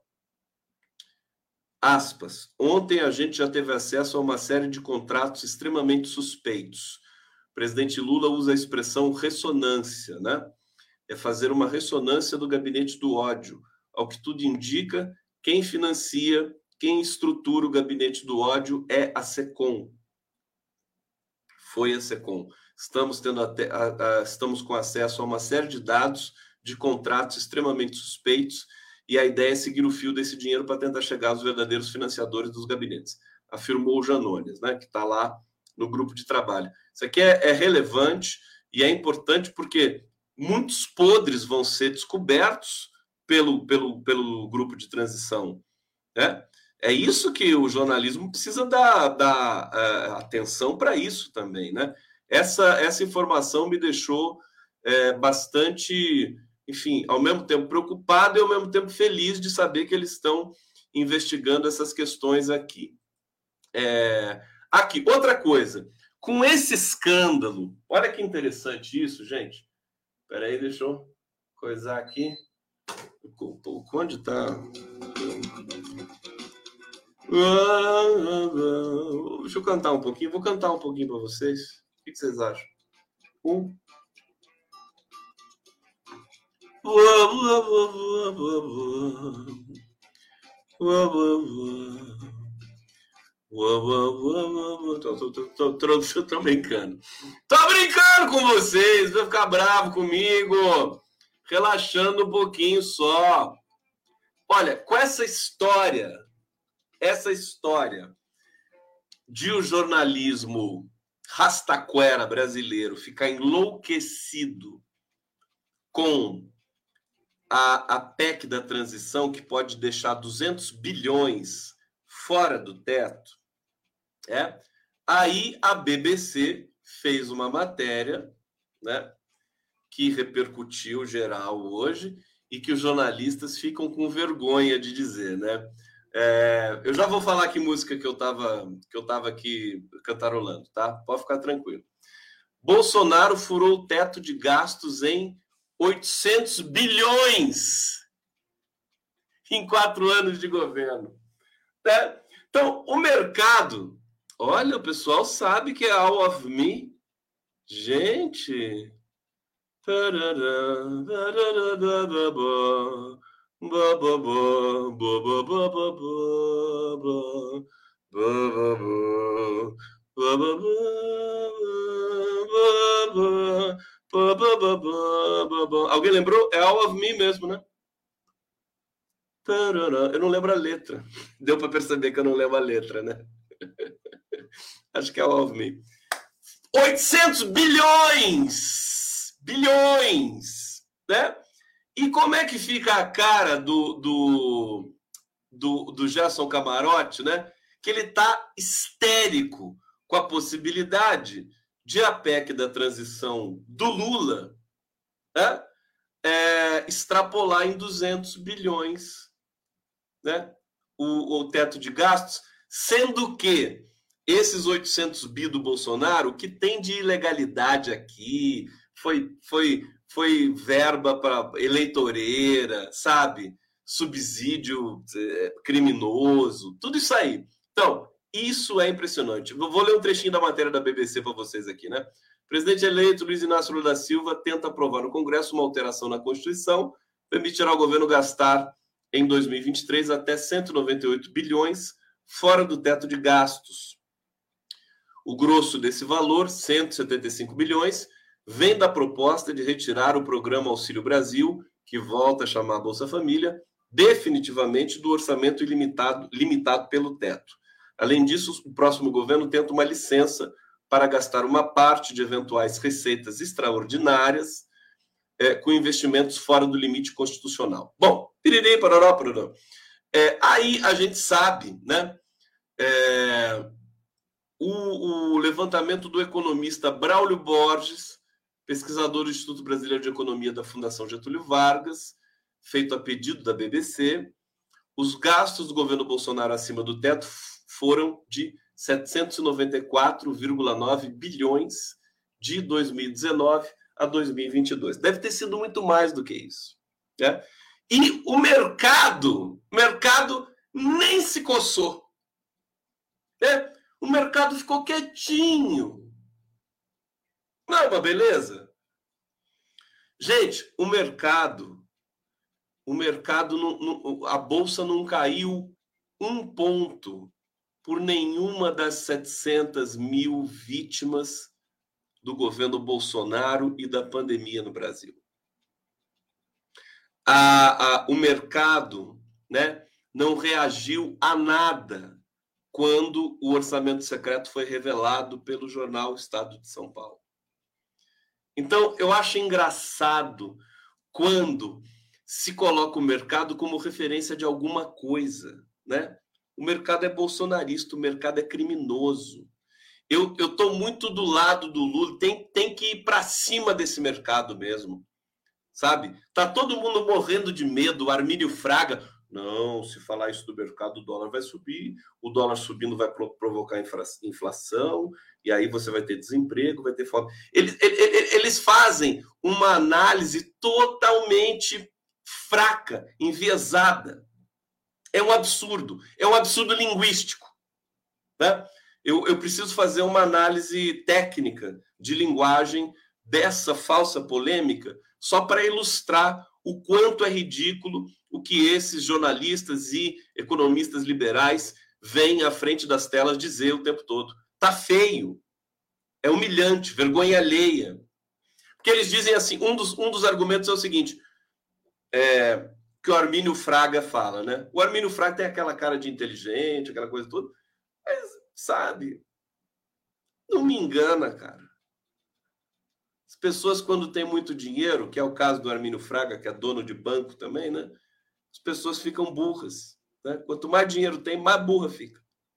Aspas. Ontem a gente já teve acesso a uma série de contratos extremamente suspeitos. O presidente Lula usa a expressão ressonância, né? É fazer uma ressonância do gabinete do ódio. Ao que tudo indica, quem financia, quem estrutura o gabinete do ódio é a SECOM. Foi a SECOM. Estamos, tendo até, a, a, estamos com acesso a uma série de dados de contratos extremamente suspeitos e a ideia é seguir o fio desse dinheiro para tentar chegar aos verdadeiros financiadores dos gabinetes, afirmou o Janones, né, que está lá no grupo de trabalho. Isso aqui é, é relevante e é importante porque muitos podres vão ser descobertos pelo, pelo, pelo grupo de transição, né? É isso que o jornalismo precisa dar, dar uh, atenção para isso também, né? Essa, essa informação me deixou é, bastante, enfim, ao mesmo tempo preocupado e ao mesmo tempo feliz de saber que eles estão investigando essas questões aqui. É, aqui, outra coisa, com esse escândalo, olha que interessante isso, gente. Espera aí, deixa eu coisar aqui. Onde está? Deixa eu cantar um pouquinho. Vou cantar um pouquinho para vocês. O que vocês acham? Um. Tô, tô, tô, tô, tô brincando. Tô brincando com vocês. Vai ficar bravo comigo. Relaxando um pouquinho só. Olha, com essa história, essa história de o jornalismo rastaquera brasileiro ficar enlouquecido com a, a P E C da transição, que pode deixar duzentos bilhões fora do teto, é? Aí a B B C fez uma matéria, né, que repercutiu geral hoje e que os jornalistas ficam com vergonha de dizer, né? É, eu já vou falar que música que eu estava que eu tava aqui cantarolando, tá? Pode ficar tranquilo. Bolsonaro furou o teto de gastos em oitocentos bilhões em quatro anos de governo. Né? Então, o mercado... Olha, o pessoal sabe que é All of Me. Gente... Alguém lembrou? É All of Me mesmo, né? Eu não lembro a letra. Deu para perceber que eu não lembro a letra, né? Acho que é All of Me. oitocentos bilhões! Bilhões! Né? E como é que fica a cara do, do, do, do Gerson Camarote, né? Que ele está histérico com a possibilidade de a P E C da transição do Lula, né, é, extrapolar em duzentos bilhões, né, o, o teto de gastos, sendo que esses oitocentos bi do Bolsonaro, o que tem de ilegalidade aqui, foi, foi, foi verba para eleitoreira, sabe? Subsídio é, criminoso, tudo isso aí. Então, isso é impressionante. Vou ler um trechinho da matéria da B B C para vocês aqui, né? O presidente eleito Luiz Inácio Lula da Silva tenta aprovar no Congresso uma alteração na Constituição que permitirá ao governo gastar em dois mil e vinte e três até cento e noventa e oito bilhões fora do teto de gastos. O grosso desse valor, cento e setenta e cinco bilhões, vem da proposta de retirar o programa Auxílio Brasil, que volta a chamar Bolsa Família, definitivamente do orçamento ilimitado, limitado pelo teto. Além disso, o próximo governo tenta uma licença para gastar uma parte de eventuais receitas extraordinárias é, com investimentos fora do limite constitucional. Bom, piriri, pararó, pararó. É, aí a gente sabe, né? É, o, o levantamento do economista Braulio Borges, pesquisador do Instituto Brasileiro de Economia da Fundação Getúlio Vargas, feito a pedido da B B C, os gastos do governo Bolsonaro acima do teto foram de setecentos e noventa e quatro vírgula nove bilhões de dois mil e dezenove a dois mil e vinte e dois. Deve ter sido muito mais do que isso, né? E o mercado, o mercado nem se coçou, né? O mercado ficou quietinho. Não é uma beleza? Gente, o mercado, o mercado, não, não, a bolsa não caiu um ponto por nenhuma das setecentas mil vítimas do governo Bolsonaro e da pandemia no Brasil. A, a, o mercado, né, não reagiu a nada quando o orçamento secreto foi revelado pelo jornal Estado de São Paulo. Então, eu acho engraçado quando se coloca o mercado como referência de alguma coisa, né? O mercado é bolsonarista, o mercado é criminoso. Eu estou muito do lado do Lula, tem, tem que ir para cima desse mercado mesmo, sabe? Tá todo mundo morrendo de medo, o Armínio Fraga, não, se falar isso do mercado, o dólar vai subir, o dólar subindo vai provocar inflação, e aí você vai ter desemprego, vai ter fome. Eles, eles fazem uma análise totalmente fraca, enviesada. É um absurdo, é um absurdo linguístico, né? Eu, eu preciso fazer uma análise técnica de linguagem dessa falsa polêmica só para ilustrar o quanto é ridículo o que esses jornalistas e economistas liberais vêm à frente das telas dizer o tempo todo. Tá feio, é humilhante, vergonha alheia. Porque eles dizem assim, um dos, um dos argumentos é o seguinte, é, que o Armínio Fraga fala, né? O Armínio Fraga tem aquela cara de inteligente, aquela coisa toda, mas, sabe, não me engana, cara. As pessoas, quando têm muito dinheiro, que é o caso do Armínio Fraga, que é dono de banco também, né? As pessoas ficam burras, né? Quanto mais dinheiro tem, mais burra fica.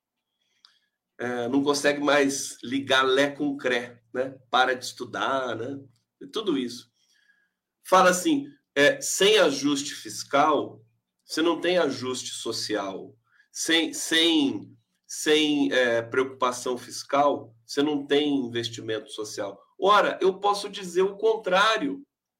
É, não consegue mais ligar lé com cré, né? Para de estudar, né? E tudo isso. Fala assim, é, sem ajuste fiscal, você não tem ajuste social. Sem, sem, sem é, preocupação fiscal, você não tem investimento social. Ora, eu posso dizer o contrário.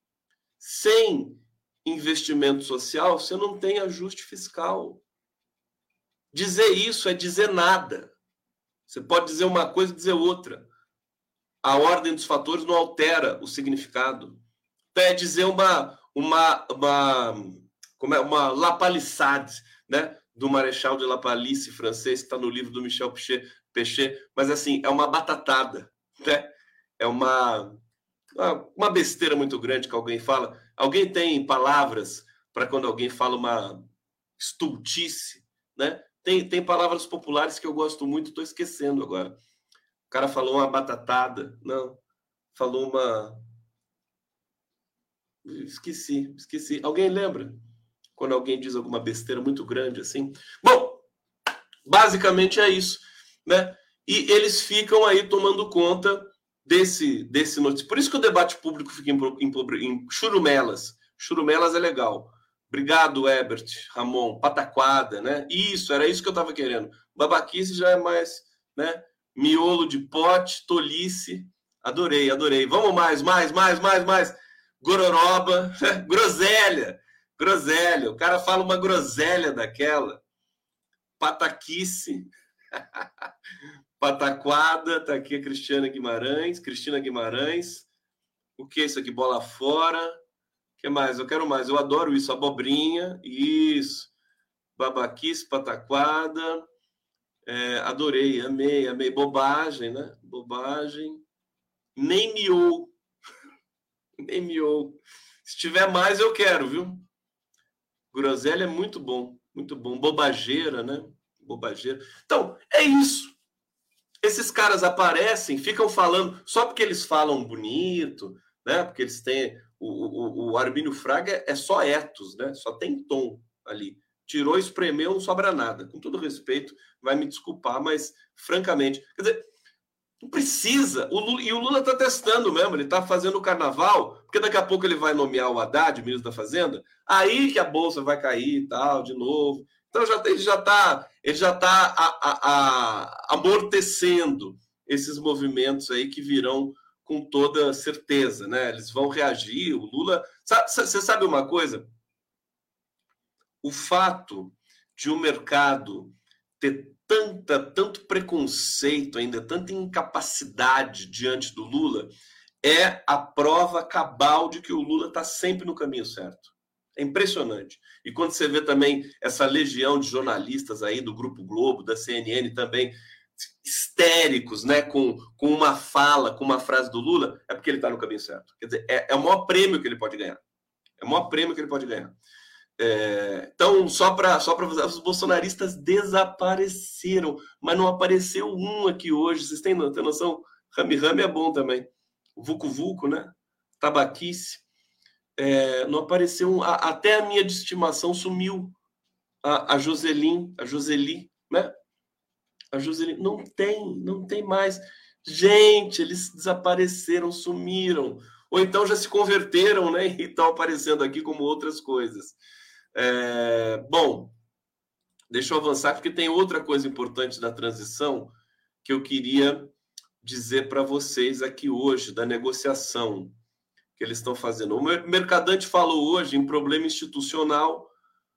Sem investimento social, você não tem ajuste fiscal. Dizer isso é dizer nada. Você pode dizer uma coisa e dizer outra. A ordem dos fatores não altera o significado. É dizer uma, uma, uma, como é, uma lapalissade, né? Do Marechal de La Palisse francês, que está no livro do Michel Pechet, mas assim, é uma batatada, né? É uma, uma besteira muito grande que alguém fala. Alguém tem palavras para quando alguém fala uma estultice, né? Tem, tem palavras populares que eu gosto muito, estou esquecendo agora. O cara falou uma batatada, não, falou uma... Esqueci, esqueci. Alguém lembra? Quando alguém diz alguma besteira muito grande assim? Bom, basicamente é isso, né? E eles ficam aí tomando conta desse, desse notícia. Por isso que o debate público fica em, em, em churumelas. Churumelas é legal. Obrigado, Herbert, Ramon. Pataquada, né? Isso, era isso que eu estava querendo. Babaquice já é mais, né? Miolo de pote, tolice. Adorei, adorei. Vamos mais, mais, mais, mais, mais. Gororoba, groselha, groselha. O cara fala uma groselha daquela. Pataquice. Pataquada, tá aqui a Cristiana Guimarães, Cristina Guimarães. O que é isso aqui? Bola fora. O que mais? Eu quero mais. Eu adoro isso. Abobrinha. Isso. Babaquice, pataquada. É, adorei, amei, amei. Bobagem, né? Bobagem. Nem miou. Nem miou. Se tiver mais, eu quero, viu? Groselha é muito bom. Muito bom. Bobageira, né? bobageira. Então, é isso. Esses caras aparecem, ficam falando, só porque eles falam bonito, né? Porque eles têm... O, o, o Armínio Fraga é só etos, né? Só tem tom ali. Tirou, espremeu, não sobra nada. Com todo respeito, vai me desculpar, mas, francamente... Quer dizer, não precisa. O Lula, e o Lula está testando mesmo, ele está fazendo o carnaval, porque daqui a pouco ele vai nomear o Haddad, ministro da Fazenda, aí que a Bolsa vai cair e tal, de novo. Então já, ele já está ele já tá a, a, a, amortecendo esses movimentos aí que virão com toda certeza, né? Eles vão reagir, o Lula... Você sabe uma coisa? O fato de o mercado ter tanta, tanto preconceito ainda, tanta incapacidade diante do Lula, é a prova cabal de que o Lula está sempre no caminho certo. É impressionante. E quando você vê também essa legião de jornalistas aí do Grupo Globo, da C N N também, histéricos, né, com, com uma fala, com uma frase do Lula, é porque ele está no caminho certo. Quer dizer, é, é o maior prêmio que ele pode ganhar. É o maior prêmio que ele pode ganhar. É, então, só para só para os bolsonaristas desapareceram, mas não apareceu um aqui hoje. Vocês têm, têm noção? Rame-rame é bom também. Vucu-vucu, né? Tabaquice. É, não apareceu um, a, até a minha de estimação sumiu. A, a Joselin, a Joseli, né? A Joseli não tem, não tem mais. Gente, eles desapareceram, sumiram. Ou então já se converteram, né? E estão aparecendo aqui como outras coisas. É, bom, deixa eu avançar, porque tem outra coisa importante da transição que eu queria dizer para vocês aqui hoje, da negociação que eles estão fazendo. O Mercadante falou hoje em problema institucional,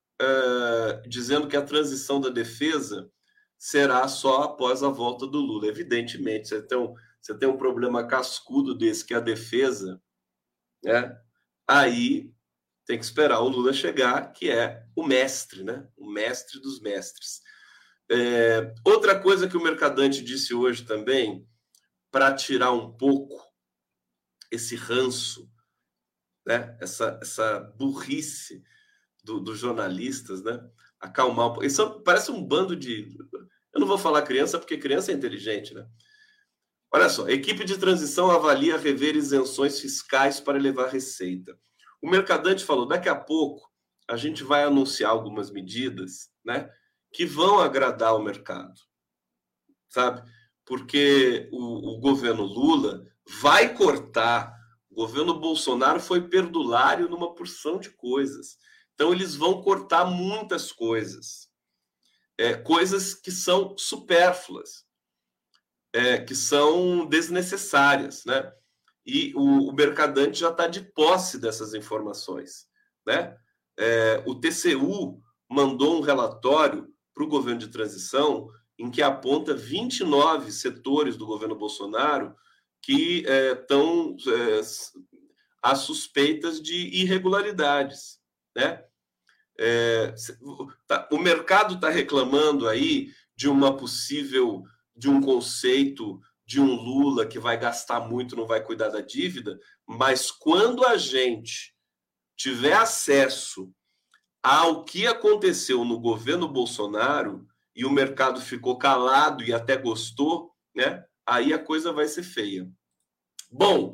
é, dizendo que a transição da defesa será só após a volta do Lula. Evidentemente, você tem um, você tem um problema cascudo desse, que é a defesa, né? Aí tem que esperar o Lula chegar, que é o mestre, né? O mestre dos mestres. É, outra coisa que o Mercadante disse hoje também, para tirar um pouco esse ranço, né? essa, essa burrice do, dos jornalistas, né? Acalmar um pouco. Isso parece um bando de... Eu não vou falar criança, porque criança é inteligente, né? Olha só, a equipe de transição avalia rever isenções fiscais para elevar receita. O Mercadante falou, daqui a pouco a gente vai anunciar algumas medidas, né, que vão agradar o mercado, sabe? Porque o, o governo Lula vai cortar, o governo Bolsonaro foi perdulário numa porção de coisas. Então, eles vão cortar muitas coisas, é, coisas que são supérfluas, é, que são desnecessárias, né? E o, o Mercadante já está de posse dessas informações, né? É, o T C U mandou um relatório para o governo de transição em que aponta vinte e nove setores do governo Bolsonaro que estão é, é, às suspeitas de irregularidades, né? É, tá, o mercado está reclamando aí de uma possível, de um conceito de um Lula que vai gastar muito, não vai cuidar da dívida, mas quando a gente tiver acesso ao que aconteceu no governo Bolsonaro e o mercado ficou calado e até gostou, né? Aí a coisa vai ser feia. Bom,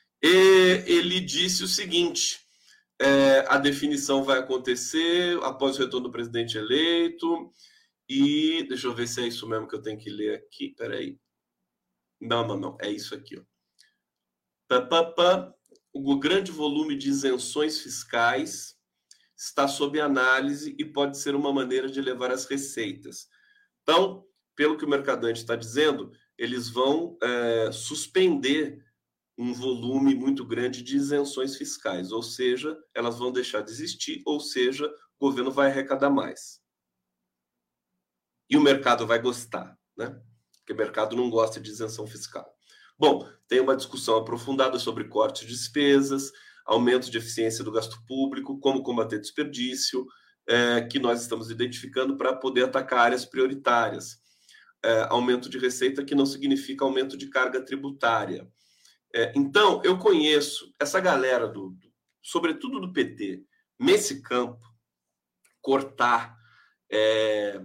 ele disse o seguinte, é, a definição vai acontecer após o retorno do presidente eleito e... Deixa eu ver se é isso mesmo que eu tenho que ler aqui, peraí. Não, não, não, é isso aqui, ó. Pá, pá, pá. O grande volume de isenções fiscais está sob análise e pode ser uma maneira de elevar as receitas. Então, pelo que o Mercadante está dizendo, eles vão é, suspender um volume muito grande de isenções fiscais, ou seja, elas vão deixar de existir, ou seja, o governo vai arrecadar mais. E o mercado vai gostar, né? Porque o mercado não gosta de isenção fiscal. Bom, tem uma discussão aprofundada sobre corte de despesas, aumento de eficiência do gasto público, como combater desperdício, é, que nós estamos identificando para poder atacar áreas prioritárias. É, aumento de receita que não significa aumento de carga tributária. É, então, eu conheço essa galera, do, do, sobretudo do P T, nesse campo, cortar, é,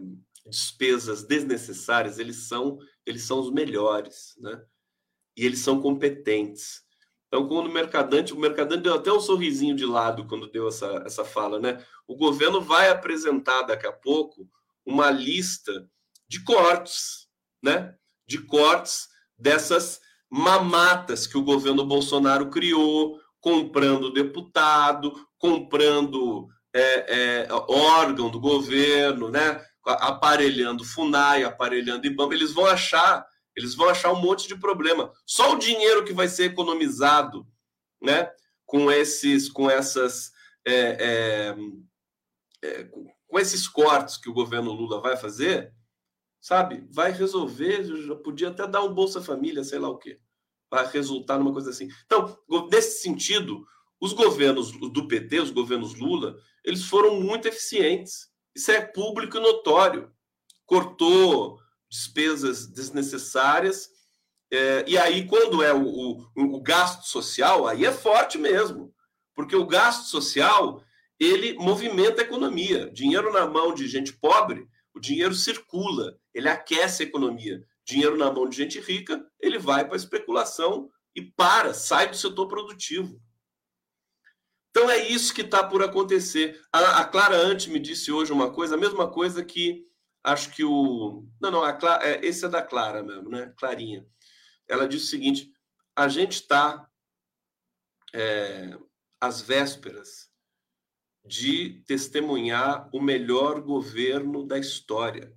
despesas desnecessárias, eles são, eles são os melhores, né? E eles são competentes. Então, quando o Mercadante, o Mercadante deu até um sorrisinho de lado quando deu essa, essa fala, né? O governo vai apresentar daqui a pouco uma lista de cortes, né? De cortes dessas mamatas que o governo Bolsonaro criou, comprando deputado, comprando é, é, órgão do governo, né? Aparelhando FUNAI, aparelhando IBAMA. Eles vão achar, eles vão achar um monte de problema. Só o dinheiro que vai ser economizado, né? Com esses, com essas, é, é, é, com esses cortes que o governo Lula vai fazer, sabe? Vai resolver, já podia até dar um Bolsa Família, sei lá o quê. Vai resultar numa coisa assim. Então, nesse sentido, os governos do P T, os governos Lula, eles foram muito eficientes. Isso é público e notório. Cortou despesas desnecessárias. É, e aí, quando é o, o, o gasto social, aí é forte mesmo. Porque o gasto social, ele movimenta a economia. Dinheiro na mão de gente pobre, o dinheiro circula, ele aquece a economia. Dinheiro na mão de gente rica, ele vai para a especulação e para, sai do setor produtivo. Então é isso que está por acontecer. A, a Clara Ante me disse hoje uma coisa, a mesma coisa que acho que o... Não, não, a Clara, é, esse é da Clara mesmo, né? Clarinha. Ela disse o seguinte, a gente está é, às vésperas de testemunhar o melhor governo da história,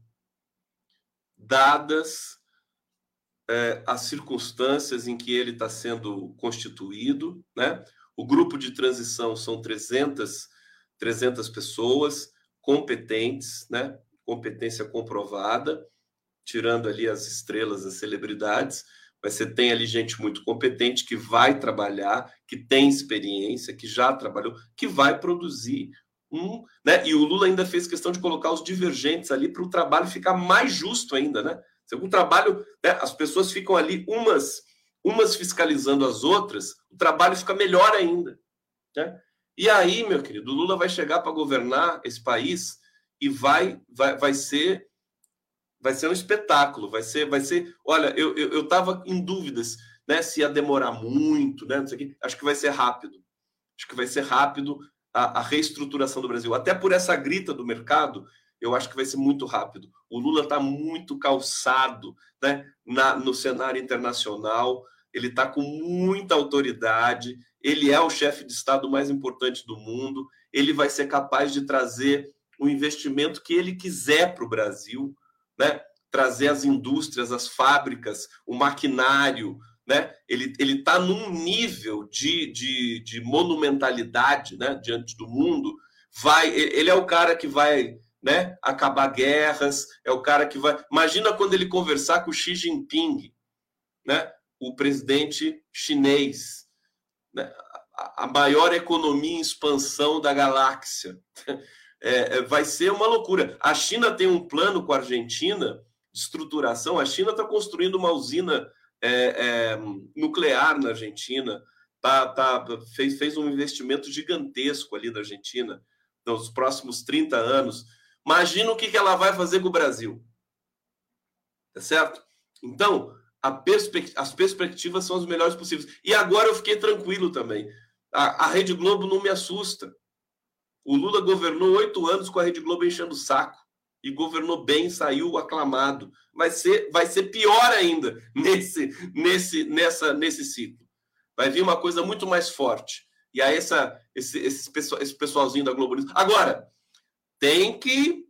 dadas é, as circunstâncias em que ele está sendo constituído, né? O grupo de transição são trezentas, trezentas pessoas competentes, né? Competência comprovada, tirando ali as estrelas, as celebridades, mas você tem ali gente muito competente que vai trabalhar, que tem experiência, que já trabalhou, que vai produzir um... Né? E o Lula ainda fez questão de colocar os divergentes ali para o trabalho ficar mais justo ainda, né? O trabalho, né? As pessoas ficam ali umas... umas fiscalizando as outras, o trabalho fica melhor ainda, né? E aí, meu querido, o Lula vai chegar para governar esse país e vai, vai, vai ser vai ser um espetáculo, vai ser, vai ser. Olha, eu eu, eu tava em dúvidas, né, se ia demorar muito, né? Não sei o quê. Acho que vai ser rápido. Acho que vai ser rápido a, a reestruturação do Brasil. Até por essa grita do mercado, eu acho que vai ser muito rápido. O Lula está muito calçado, né, na, no cenário internacional. Ele está com muita autoridade, ele é o chefe de Estado mais importante do mundo, ele vai ser capaz de trazer o investimento que ele quiser para o Brasil, né? Trazer as indústrias, as fábricas, o maquinário, né? Ele está num nível de, de, de monumentalidade, né? Diante do mundo. Vai, ele é o cara que vai, né, acabar guerras, é o cara que vai... Imagina quando ele conversar com o Xi Jinping, né? O presidente chinês, né? A maior economia em expansão da galáxia. É, vai ser uma loucura. A China tem um plano com a Argentina de estruturação. A China está construindo uma usina é, é, nuclear na Argentina. Tá, tá, fez, fez um investimento gigantesco ali na Argentina nos próximos trinta anos. Imagina o que, que ela vai fazer com o Brasil. Tá certo? Então... Perspect... as perspectivas são as melhores possíveis. E agora eu fiquei tranquilo também. A, a Rede Globo não me assusta. O Lula governou oito anos com a Rede Globo enchendo o saco. E governou bem, saiu aclamado. Vai ser, vai ser pior ainda nesse, nesse, nessa, nesse ciclo. Vai vir uma coisa muito mais forte. E aí essa, esse, esse, pessoal, esse pessoalzinho da Globo... Agora, tem que,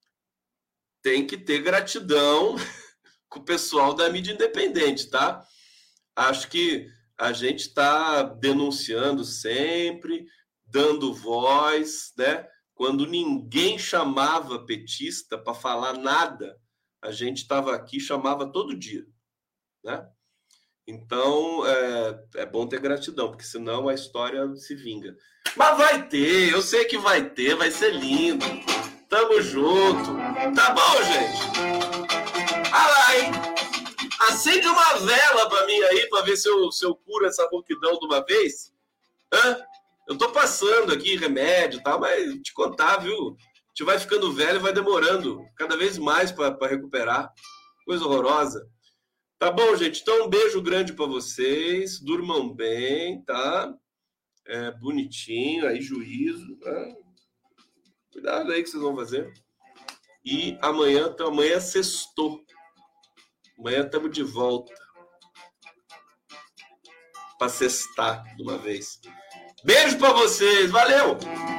tem que ter gratidão... com o pessoal da mídia independente, tá? Acho que a gente está denunciando sempre, dando voz, né? Quando ninguém chamava petista para falar nada, a gente estava aqui, chamava todo dia, né? Então, é, é bom ter gratidão, porque senão a história se vinga. Mas vai ter, eu sei que vai ter, vai ser lindo. Tamo junto. Tá bom, gente? Ah lá, hein? Acende uma vela pra mim aí, pra ver se eu, se eu curo essa rouquidão de uma vez. Hã? Eu tô passando aqui remédio e tal, mas te contar, viu? gente vai ficando velho, vai demorando cada vez mais para recuperar. Coisa horrorosa. Tá bom, gente? Então, um beijo grande para vocês. Durmam bem, tá? É, bonitinho, aí juízo. Tá? Cuidado aí que vocês vão fazer. E amanhã, então, amanhã sextou. Amanhã estamos de volta. Para sextar de uma vez. Beijo para vocês. Valeu!